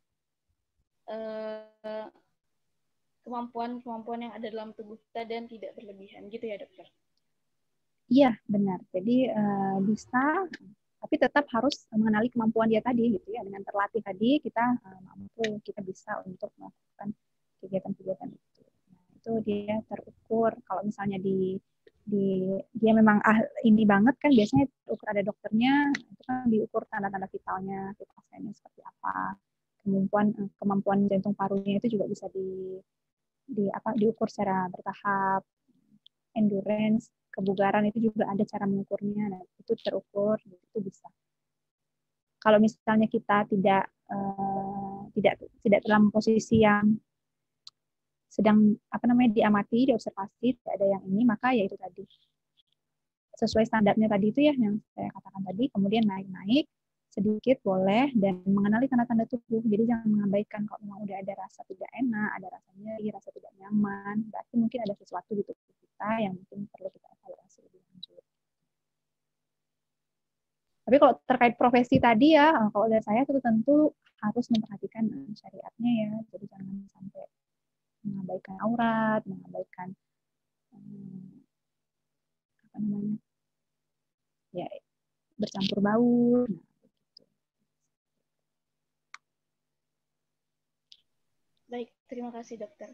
uh, kemampuan-kemampuan yang ada dalam tubuh kita dan tidak berlebihan gitu ya dokter. Iya benar. Jadi uh, bisa, tapi tetap harus mengenali kemampuan dia tadi gitu ya. Dengan terlatih tadi kita uh, mampu, kita bisa untuk melakukan kegiatan-kegiatan itu. Itu dia terukur. Kalau misalnya di di dia memang ah, ini banget kan biasanya terukur, ada dokternya, itu kan diukur tanda-tanda vitalnya, vital sign-nya seperti apa, kemampuan kemampuan jantung parunya itu juga bisa di di apa diukur secara bertahap, endurance, kebugaran itu juga ada cara mengukurnya, nah itu terukur, itu bisa. Kalau misalnya kita tidak uh, tidak tidak dalam posisi yang sedang apa namanya diamati, diobservasi, tidak ada yang ini, maka ya itu tadi sesuai standarnya tadi itu ya yang saya katakan tadi, kemudian naik-naik sedikit boleh dan mengenali tanda-tanda tubuh. Jadi jangan mengabaikan kalau memang udah ada rasa tidak enak, ada rasa nyeri, rasa tidak nyaman, berarti mungkin ada sesuatu di tubuh kita yang mungkin perlu kita evaluasi lebih lanjut. Tapi kalau terkait profesi tadi ya, kalau dari saya itu tentu harus memperhatikan syariatnya ya, jadi jangan sampai mengabaikan aurat, mengabaikan hmm, apa namanya, ya bercampur baur. Nah, begitu. Baik, terima kasih dokter.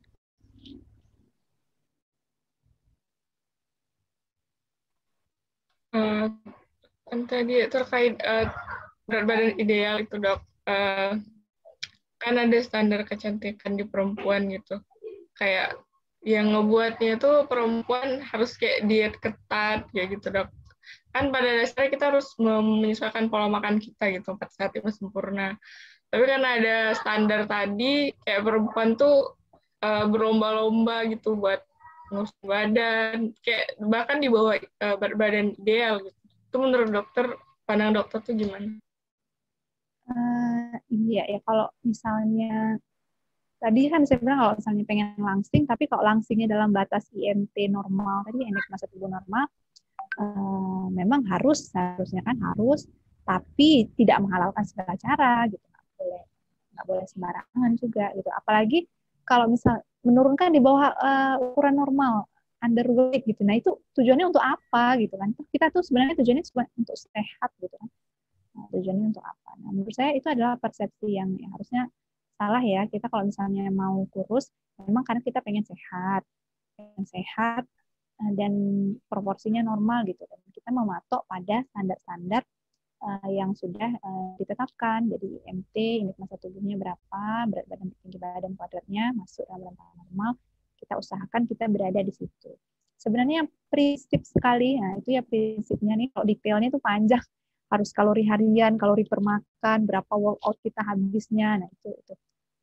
Uh, kan tadi terkait uh, berat badan ideal itu dok. Uh, kan ada standar kecantikan di perempuan gitu, kayak yang ngebuatnya tuh perempuan harus kayak diet ketat kayak gitu dok. Kan pada dasarnya kita harus menyesuaikan pola makan kita gitu, empat sehat lima sempurna. Tapi karena ada standar tadi, kayak perempuan tuh uh, berlomba-lomba gitu buat ngurus badan, kayak bahkan di bawah uh, berat badan ideal gitu. Itu menurut dokter, pandang dokter tuh gimana? Uh, iya ya, kalau misalnya tadi kan saya bilang kalau misalnya pengen langsing, tapi kalau langsingnya dalam batas I M T normal tadi, indeks massa tubuh normal, uh, memang harus harusnya kan harus, tapi tidak menghalalkan segala cara gitu, nggak boleh nggak boleh sembarangan juga gitu. Apalagi kalau misal menurunkan di bawah uh, ukuran normal, underweight gitu, nah itu tujuannya untuk apa gitu kan? Kita tuh sebenarnya tujuannya cuma untuk sehat gitu kan. Nah, tujuannya untuk apa? Nah, menurut saya itu adalah persepsi yang, yang harusnya salah ya. Kita kalau misalnya mau kurus, memang karena kita pengen sehat, pengen sehat dan proporsinya normal gitu. Dan kita mematok pada standar-standar uh, yang sudah uh, ditetapkan. Jadi I M T, indeks massa tubuhnya berapa, berat badan tinggi badan kuadratnya masuk dalam rentang normal. Kita usahakan kita berada di situ. Sebenarnya prinsip sekali, nah itu ya prinsipnya nih, kalau detailnya itu panjang. Harus kalori harian, kalori per makan, berapa workout kita habisnya, nah itu itu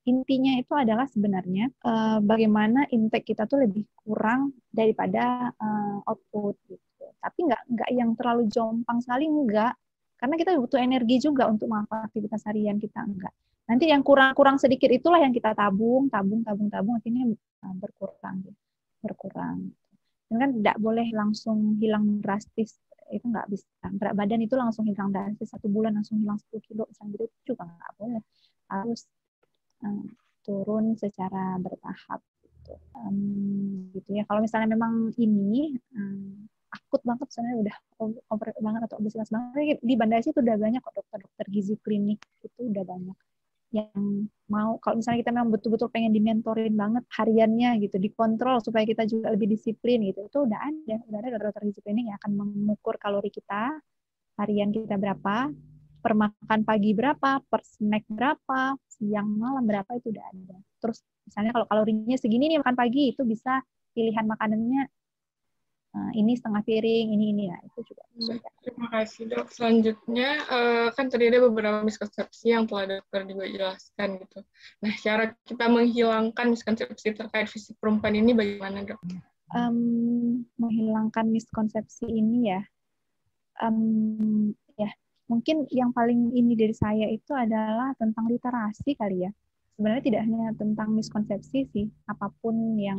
intinya itu adalah sebenarnya uh, bagaimana intake kita tuh lebih kurang daripada uh, output gitu. Tapi nggak nggak yang terlalu jompang sekali, enggak. Karena kita butuh energi juga untuk melakukan aktivitas harian kita, enggak. Nanti yang kurang-kurang sedikit itulah yang kita tabung, tabung, tabung, tabung, akhirnya uh, berkurang, gitu. berkurang. Dan kan tidak boleh langsung hilang drastis, itu nggak bisa. Berat badan itu langsung hilang drastis, satu bulan langsung hilang sepuluh kilo, misalnya gitu juga nggak boleh. Harus uh, turun secara bertahap. Gitu. Um, gitu ya. Kalau misalnya memang ini um, akut banget, misalnya udah over banget atau obesitas banget, di Bandar Aceh itu udah banyak kok dokter-dokter gizi klinik, itu udah banyak yang mau, kalau misalnya kita memang betul-betul pengen dimentorin banget hariannya gitu, dikontrol supaya kita juga lebih disiplin gitu, itu udah ada, udah ada dokter gizi klinik yang akan mengukur kalori kita, harian kita berapa, per makan pagi berapa, per snack berapa, siang malam berapa, itu udah ada. Terus misalnya kalau kalorinya segini nih makan pagi, itu bisa pilihan makanannya uh, ini setengah piring, ini ini ya, itu juga. Hmm, terima kasih dok. Selanjutnya uh, kan tadi ada beberapa miskonsepsi yang telah dokter juga jelaskan gitu. Nah, cara kita menghilangkan miskonsepsi terkait fisik perempuan ini bagaimana dok? Um, menghilangkan miskonsepsi ini ya, um, ya mungkin yang paling ini dari saya itu adalah tentang literasi kali ya. Sebenarnya tidak hanya tentang miskonsepsi sih, apapun yang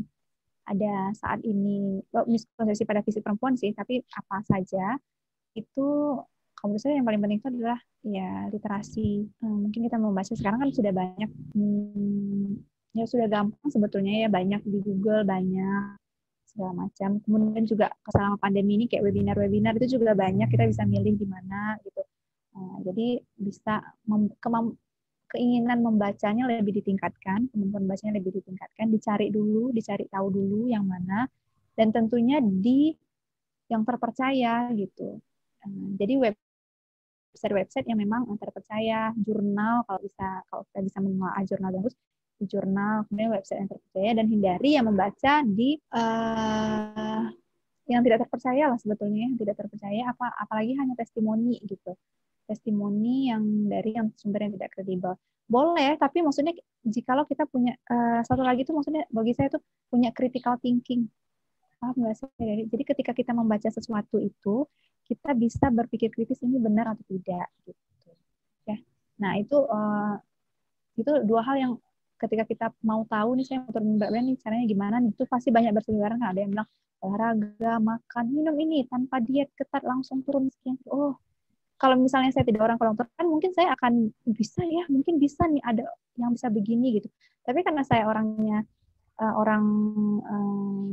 ada saat ini, oh, miskonsepsi pada fisik perempuan sih, tapi apa saja itu, kalau menurut saya yang paling penting itu adalah ya literasi. Hmm, mungkin kita membaca sekarang kan sudah banyak, hmm, ya sudah gampang sebetulnya ya, banyak di Google, banyak segala macam. Kemudian juga selama pandemi ini kayak webinar-webinar itu juga banyak, kita bisa milih di mana gitu. Nah, jadi bisa mem- kemam- keinginan membacanya lebih ditingkatkan, kemampuan bacanya lebih ditingkatkan, dicari dulu, dicari tahu dulu yang mana, dan tentunya di yang terpercaya gitu. Jadi website-website yang memang terpercaya, jurnal kalau bisa, kalau kita bisa menelaah jurnal bagus, di jurnal, kemudian website yang terpercaya, dan hindari yang membaca di uh, yang tidak terpercaya lah sebetulnya, yang tidak terpercaya, apa apalagi hanya testimoni gitu. Testimoni yang dari yang sumber yang tidak kredibel. Boleh, tapi maksudnya jikalau kita punya uh, satu lagi itu, maksudnya bagi saya itu punya critical thinking. Paham nggak sih? Jadi ketika kita membaca sesuatu itu, kita bisa berpikir kritis ini benar atau tidak gitu. Ya. Nah, itu uh, itu dua hal yang ketika kita mau tahu nih, saya mau turun berat badan nih caranya gimana nih, itu pasti banyak berseliweran kan, ada yang bilang olahraga, makan, minum ini tanpa diet ketat langsung turun sekian. Oh, kalau misalnya saya tidak orang kalau kan mungkin saya akan bisa ya, mungkin bisa nih ada yang bisa begini gitu. Tapi karena saya orangnya uh, orang um,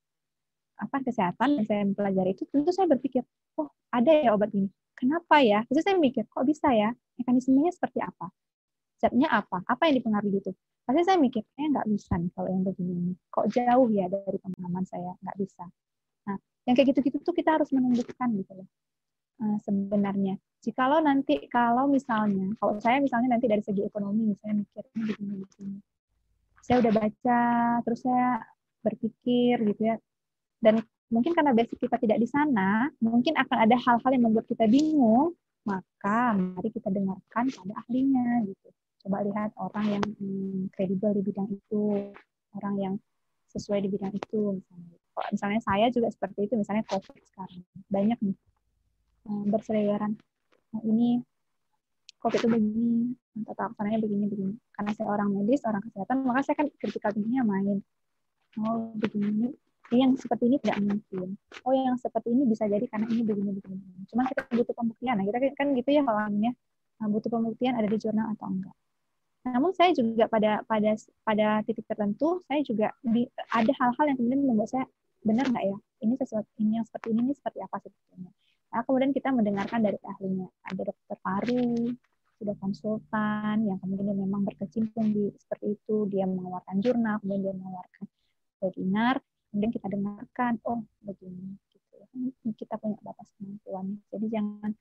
apa kesehatan dan saya mempelajari itu, tentu saya berpikir, oh ada ya obat ini. Kenapa ya? Terus saya mikir, kok bisa ya? Mekanismenya seperti apa? Zatnya apa? Apa yang dipengaruhi itu? Pasti saya mikir, kayaknya nggak bisa nih kalau yang begini ini. Kok jauh ya dari pemahaman saya? Nggak bisa. Nah, yang kayak gitu-gitu tuh kita harus menunjukkan gitu loh. Uh, sebenarnya. Jikalau nanti, kalau misalnya, kalau saya misalnya nanti dari segi ekonomi, saya mikir, ini begini-begini. Saya udah baca, terus saya berpikir gitu ya, dan mungkin karena basic kita tidak di sana, mungkin akan ada hal-hal yang membuat kita bingung, maka mari kita dengarkan pada ahlinya gitu. Coba lihat orang yang kredibel hmm, di bidang itu, orang yang sesuai di bidang itu misalnya. Kalau misalnya saya juga seperti itu, misalnya COVID sekarang banyak nih hmm, berseliweran. Nah, ini COVID itu begini, tata laksananya begini begini. Karena saya orang medis, orang kesehatan, maka saya kan critical thinking-nya main. Oh begini. Yang seperti ini tidak mungkin. Oh, yang seperti ini bisa jadi karena ini begini begini. Cuma kita butuh pembuktian. Nah, kita kan gitu ya awalnya, nah, butuh pembuktian ada di jurnal atau enggak. Namun saya juga pada pada pada titik tertentu saya juga di, ada hal-hal yang kemudian membuat saya benar nggak ya? Ini sesuatu ini yang seperti ini, ini seperti apa sebetulnya? Nah, kemudian kita mendengarkan dari ahlinya. Ada dokter paru, sudah konsultan yang kemudian memang berkecimpung di seperti itu, dia mengeluarkan jurnal, kemudian dia mengeluarkan webinar. Kemudian kita dengarkan, oh begini, gitu. Kita punya batas kemampuan. Jadi jangan,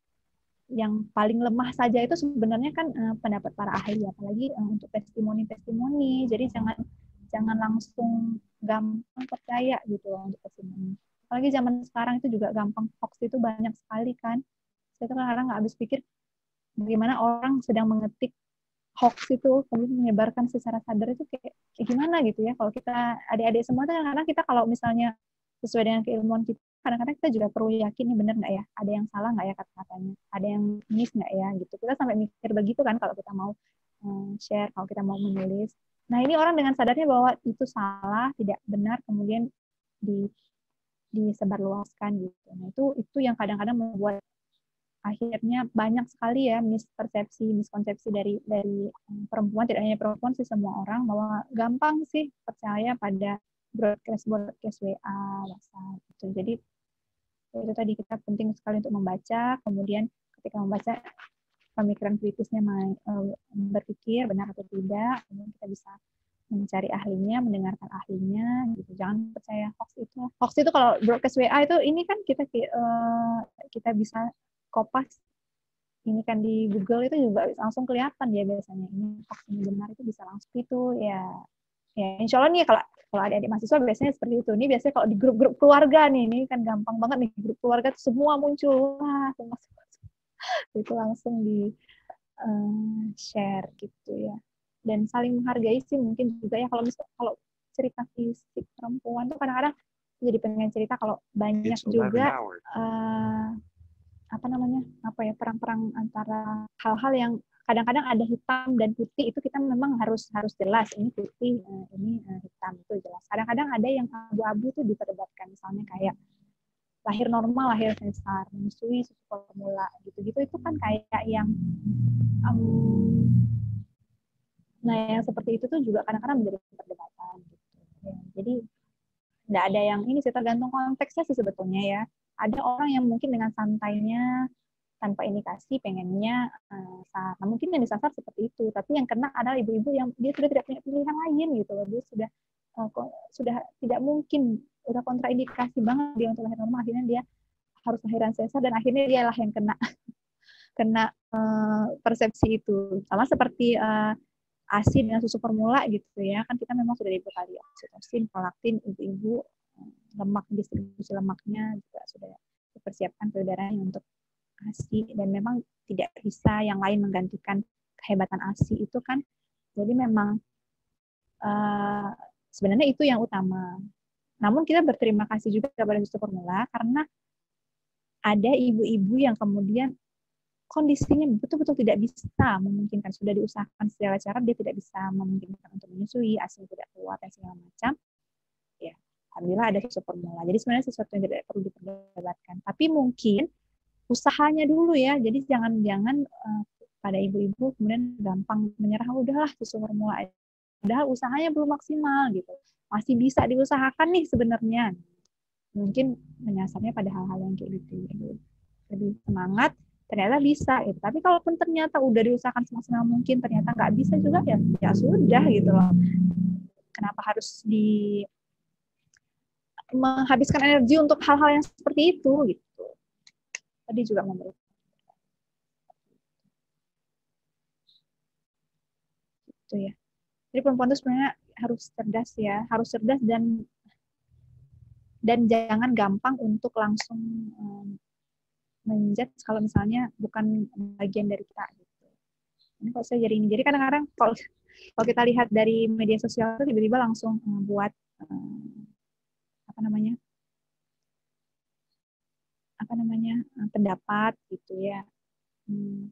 yang paling lemah saja itu sebenarnya kan eh, pendapat para ahli, apalagi eh, untuk testimoni-testimoni. Jadi jangan jangan langsung gampang percaya gitu loh untuk testimoni. Apalagi zaman sekarang itu juga gampang, hoax itu banyak sekali kan. Saya tuh kadang nggak habis pikir bagaimana orang sedang mengetik hoax itu kemudian menyebarkan secara sadar itu kayak, kayak gimana gitu ya. Kalau kita adik-adik semua tuh kadang-kadang kita kalau misalnya sesuai dengan keilmuan kita, kadang-kadang kita juga perlu yakin nih benar nggak ya, ada yang salah nggak ya kata-katanya, ada yang miss nggak ya gitu. Kita sampai mikir begitu kan kalau kita mau um, share, kalau kita mau menulis. Nah ini orang dengan sadarnya bahwa itu salah, tidak benar, kemudian di disebarluaskan gitu. Nah itu itu yang kadang-kadang membuat akhirnya banyak sekali ya mispersepsi, miskonsepsi dari dari perempuan, tidak hanya perempuan sih, semua orang, bahwa gampang sih percaya pada broadcast broadcast W A, WhatsApp gitu. Jadi itu tadi kita penting sekali untuk membaca, kemudian ketika membaca pemikiran kritisnya berpikir benar atau tidak, kemudian kita bisa mencari ahlinya, mendengarkan ahlinya gitu. Jangan percaya hoax itu. Hoax itu kalau broadcast W A itu ini kan kita uh, kita bisa kopas ini kan di Google itu juga langsung kelihatan ya biasanya ini hoax ini benar, itu bisa langsung itu ya ya insya Allah nih kalau kalau adik-adik mahasiswa biasanya seperti itu. Ini biasanya kalau di grup-grup keluarga nih, ini kan gampang banget nih, grup keluarga itu semua muncul, wah itu langsung di uh, share gitu ya. Dan saling menghargai sih mungkin juga ya, kalau misal kalau cerita fisik perempuan tuh kadang-kadang jadi pengen cerita kalau banyak juga uh, apa namanya apa ya perang-perang antara hal-hal yang kadang-kadang ada hitam dan putih, itu kita memang harus harus jelas ini putih, ini hitam, itu jelas. Kadang-kadang ada yang abu-abu tuh diperdebatkan, misalnya kayak lahir normal, lahir sesar, menyusui, susu formula, gitu-gitu, itu kan kayak yang um, nah yang seperti itu tuh juga kadang-kadang menjadi perdebatan gitu. Ya, jadi nggak ada yang ini sih, tergantung konteksnya sih sebetulnya ya. Ada orang yang mungkin dengan santainya tanpa indikasi pengennya uh, nah, mungkin yang disasar seperti itu, tapi yang kena adalah ibu-ibu yang dia sudah tidak punya pilihan lain gitu loh, dia sudah uh, sudah tidak mungkin, udah kontraindikasi banget dia untuk lahir normal, akhirnya dia harus lahiran sesar dan akhirnya dialah yang kena kena uh, persepsi itu. Sama seperti uh, ASI dengan susu formula gitu ya, kan kita memang sudah dibekali oksitosin, prolaktin, ibu-ibu, lemak, distribusi lemaknya juga sudah dipersiapkan payudaranya untuk ASI, dan memang tidak bisa yang lain menggantikan kehebatan ASI itu kan. Jadi memang uh, sebenarnya itu yang utama. Namun kita berterima kasih juga kepada susu formula karena ada ibu-ibu yang kemudian kondisinya betul-betul tidak bisa memungkinkan, sudah diusahakan segala cara, dia tidak bisa memungkinkan untuk menyusui, ASI tidak keluar dan segala macam. Ya, alhamdulillah ada susu formula. Jadi sebenarnya sesuatu yang tidak perlu diperdebatkan. Tapi mungkin usahanya dulu ya. Jadi jangan-jangan uh, pada ibu-ibu kemudian gampang menyerah, udahlah susu formula aja. Padahal usahanya belum maksimal gitu. Masih bisa diusahakan nih sebenarnya. Mungkin menyasarnya pada hal-hal yang kayak gitu. Jadi lebih semangat, ternyata bisa gitu. Tapi kalaupun ternyata udah diusahakan semaksimal mungkin ternyata nggak bisa juga, ya ya sudah gitu loh. Kenapa harus di menghabiskan energi untuk hal-hal yang seperti itu gitu. Tadi juga memberi gitu ya. Jadi perempuan itu sebenarnya harus cerdas ya, harus cerdas dan dan jangan gampang untuk langsung um, menjudge kalau misalnya bukan bagian dari kita gitu. Ini kalau saya jadi ini, jadi kadang-kadang kalau kalau kita lihat dari media sosial itu tiba-tiba langsung membuat um, apa namanya apa namanya pendapat gitu ya. Hmm.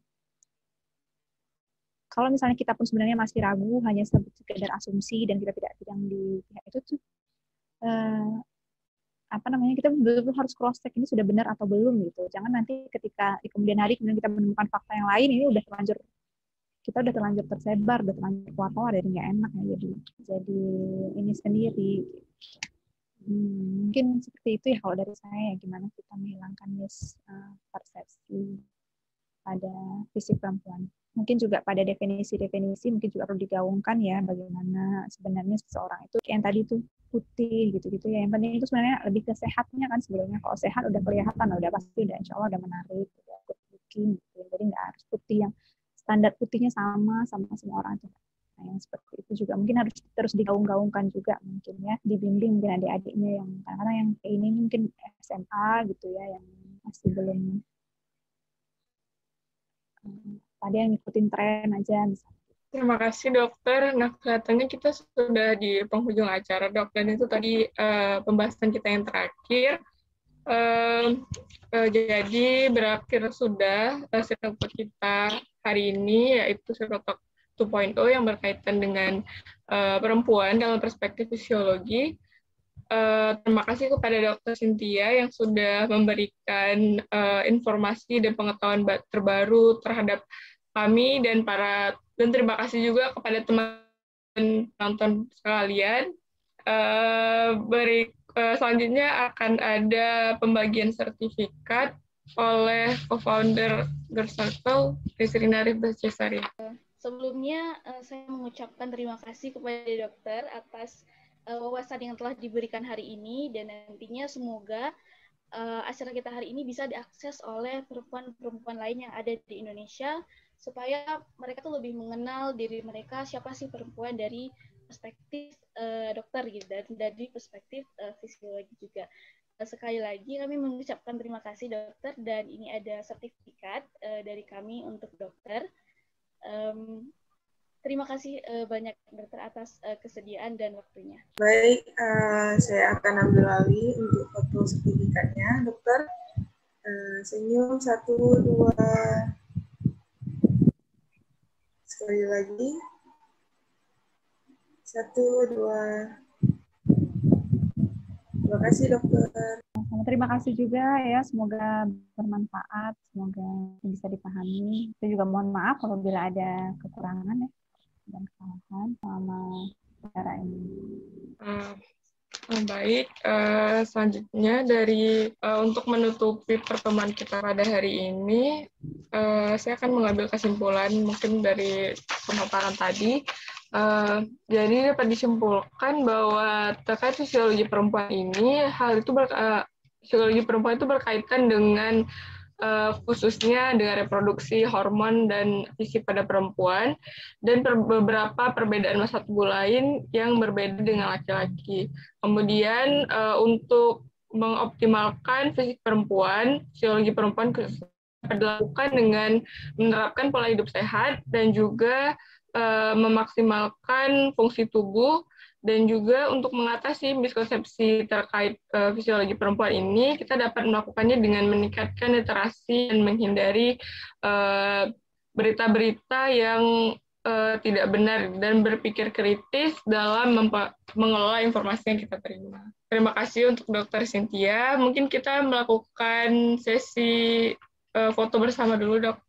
Kalau misalnya kita pun sebenarnya masih ragu, hanya sekedar asumsi dan kita tidak tidak di pihak itu tuh uh, apa namanya kita betul-betul harus cross check ini sudah benar atau belum gitu. Jangan nanti ketika di kemudian hari kemudian kita menemukan fakta yang lain, ini udah terlanjur kita udah terlanjur tersebar, udah terlanjur keluar-keluar, jadi nggak enak ya, jadi jadi ini sendiri. Hmm, mungkin seperti itu ya kalau dari saya, gimana kita menghilangkan mispersepsi pada fisik perempuan. Mungkin juga pada definisi-definisi mungkin juga perlu digaungkan ya, bagaimana sebenarnya seseorang itu yang tadi tuh putih gitu-gitu ya. Yang penting itu sebenarnya lebih ke sehatnya kan sebelumnya. Kalau sehat udah kelihatan, udah pasti udah insya Allah udah menarik, udah good looking gitu. Jadi nggak harus putih yang standar putihnya sama sama semua orang itu. Nah, yang seperti itu juga mungkin harus terus digaung-gaungkan juga mungkin ya, dibimbing mungkin adik-adiknya yang kadang-kadang yang kayak ini mungkin S M A gitu ya, yang masih belum ada yang ngikutin tren aja misalnya. Terima kasih dokter. Nah, kelihatannya kita sudah di penghujung acara dok, dan itu tadi uh, pembahasan kita yang terakhir. Uh, uh, jadi berakhir sudah uh, Circle Talk kita hari ini, yaitu Circle Talk dua titik nol yang berkaitan dengan uh, perempuan dalam perspektif fisiologi. Uh, terima kasih kepada dokter Cynthia yang sudah memberikan uh, informasi dan pengetahuan terbaru terhadap kami dan para dan terima kasih juga kepada teman-teman penonton sekalian. Uh, beri, uh, selanjutnya akan ada pembagian sertifikat oleh co-founder Girls Circle, Rizrina Rifbascesaria. Sebelumnya, uh, saya mengucapkan terima kasih kepada dokter atas uh, wawasan yang telah diberikan hari ini, dan nantinya semoga uh, acara kita hari ini bisa diakses oleh perempuan-perempuan lain yang ada di Indonesia, supaya mereka tuh lebih mengenal diri mereka, siapa sih perempuan dari perspektif uh, dokter gitu, dan dari perspektif uh, fisiologi juga. Uh, sekali lagi kami mengucapkan terima kasih dokter, dan ini ada sertifikat uh, dari kami untuk dokter. Um, terima kasih uh, banyak dokter atas uh, kesediaan dan waktunya. Baik, uh, saya akan ambil alih untuk foto sertifikatnya, dokter. Uh, senyum, satu, dua... Sekali lagi. Satu, dua. Terima kasih, dokter. Terima kasih juga ya, semoga bermanfaat, semoga bisa dipahami. Saya juga mohon maaf apabila ada kekurangan ya dan kesalahan selama acara ini. Uh, baik, uh, selanjutnya dari uh, untuk menutupi pertemuan kita pada hari ini, uh, saya akan mengambil kesimpulan mungkin dari pemaparan tadi. Uh, jadi dapat disimpulkan bahwa terkait fisiologi perempuan ini, hal itu ber, uh, fisiologi perempuan itu berkaitan dengan uh, khususnya dengan reproduksi, hormon, dan fisik pada perempuan, dan per, beberapa perbedaan masa tubuh lain yang berbeda dengan laki-laki. Kemudian uh, untuk mengoptimalkan fisik perempuan, fisiologi perempuan dilakukan dengan menerapkan pola hidup sehat dan juga uh, memaksimalkan fungsi tubuh. Dan juga untuk mengatasi miskonsepsi terkait uh, fisiologi perempuan ini, kita dapat melakukannya dengan meningkatkan literasi dan menghindari uh, berita-berita yang uh, tidak benar dan berpikir kritis dalam mengelola informasi yang kita terima. Terima kasih untuk dokter Cynthia. Mungkin kita melakukan sesi uh, foto bersama dulu, dok.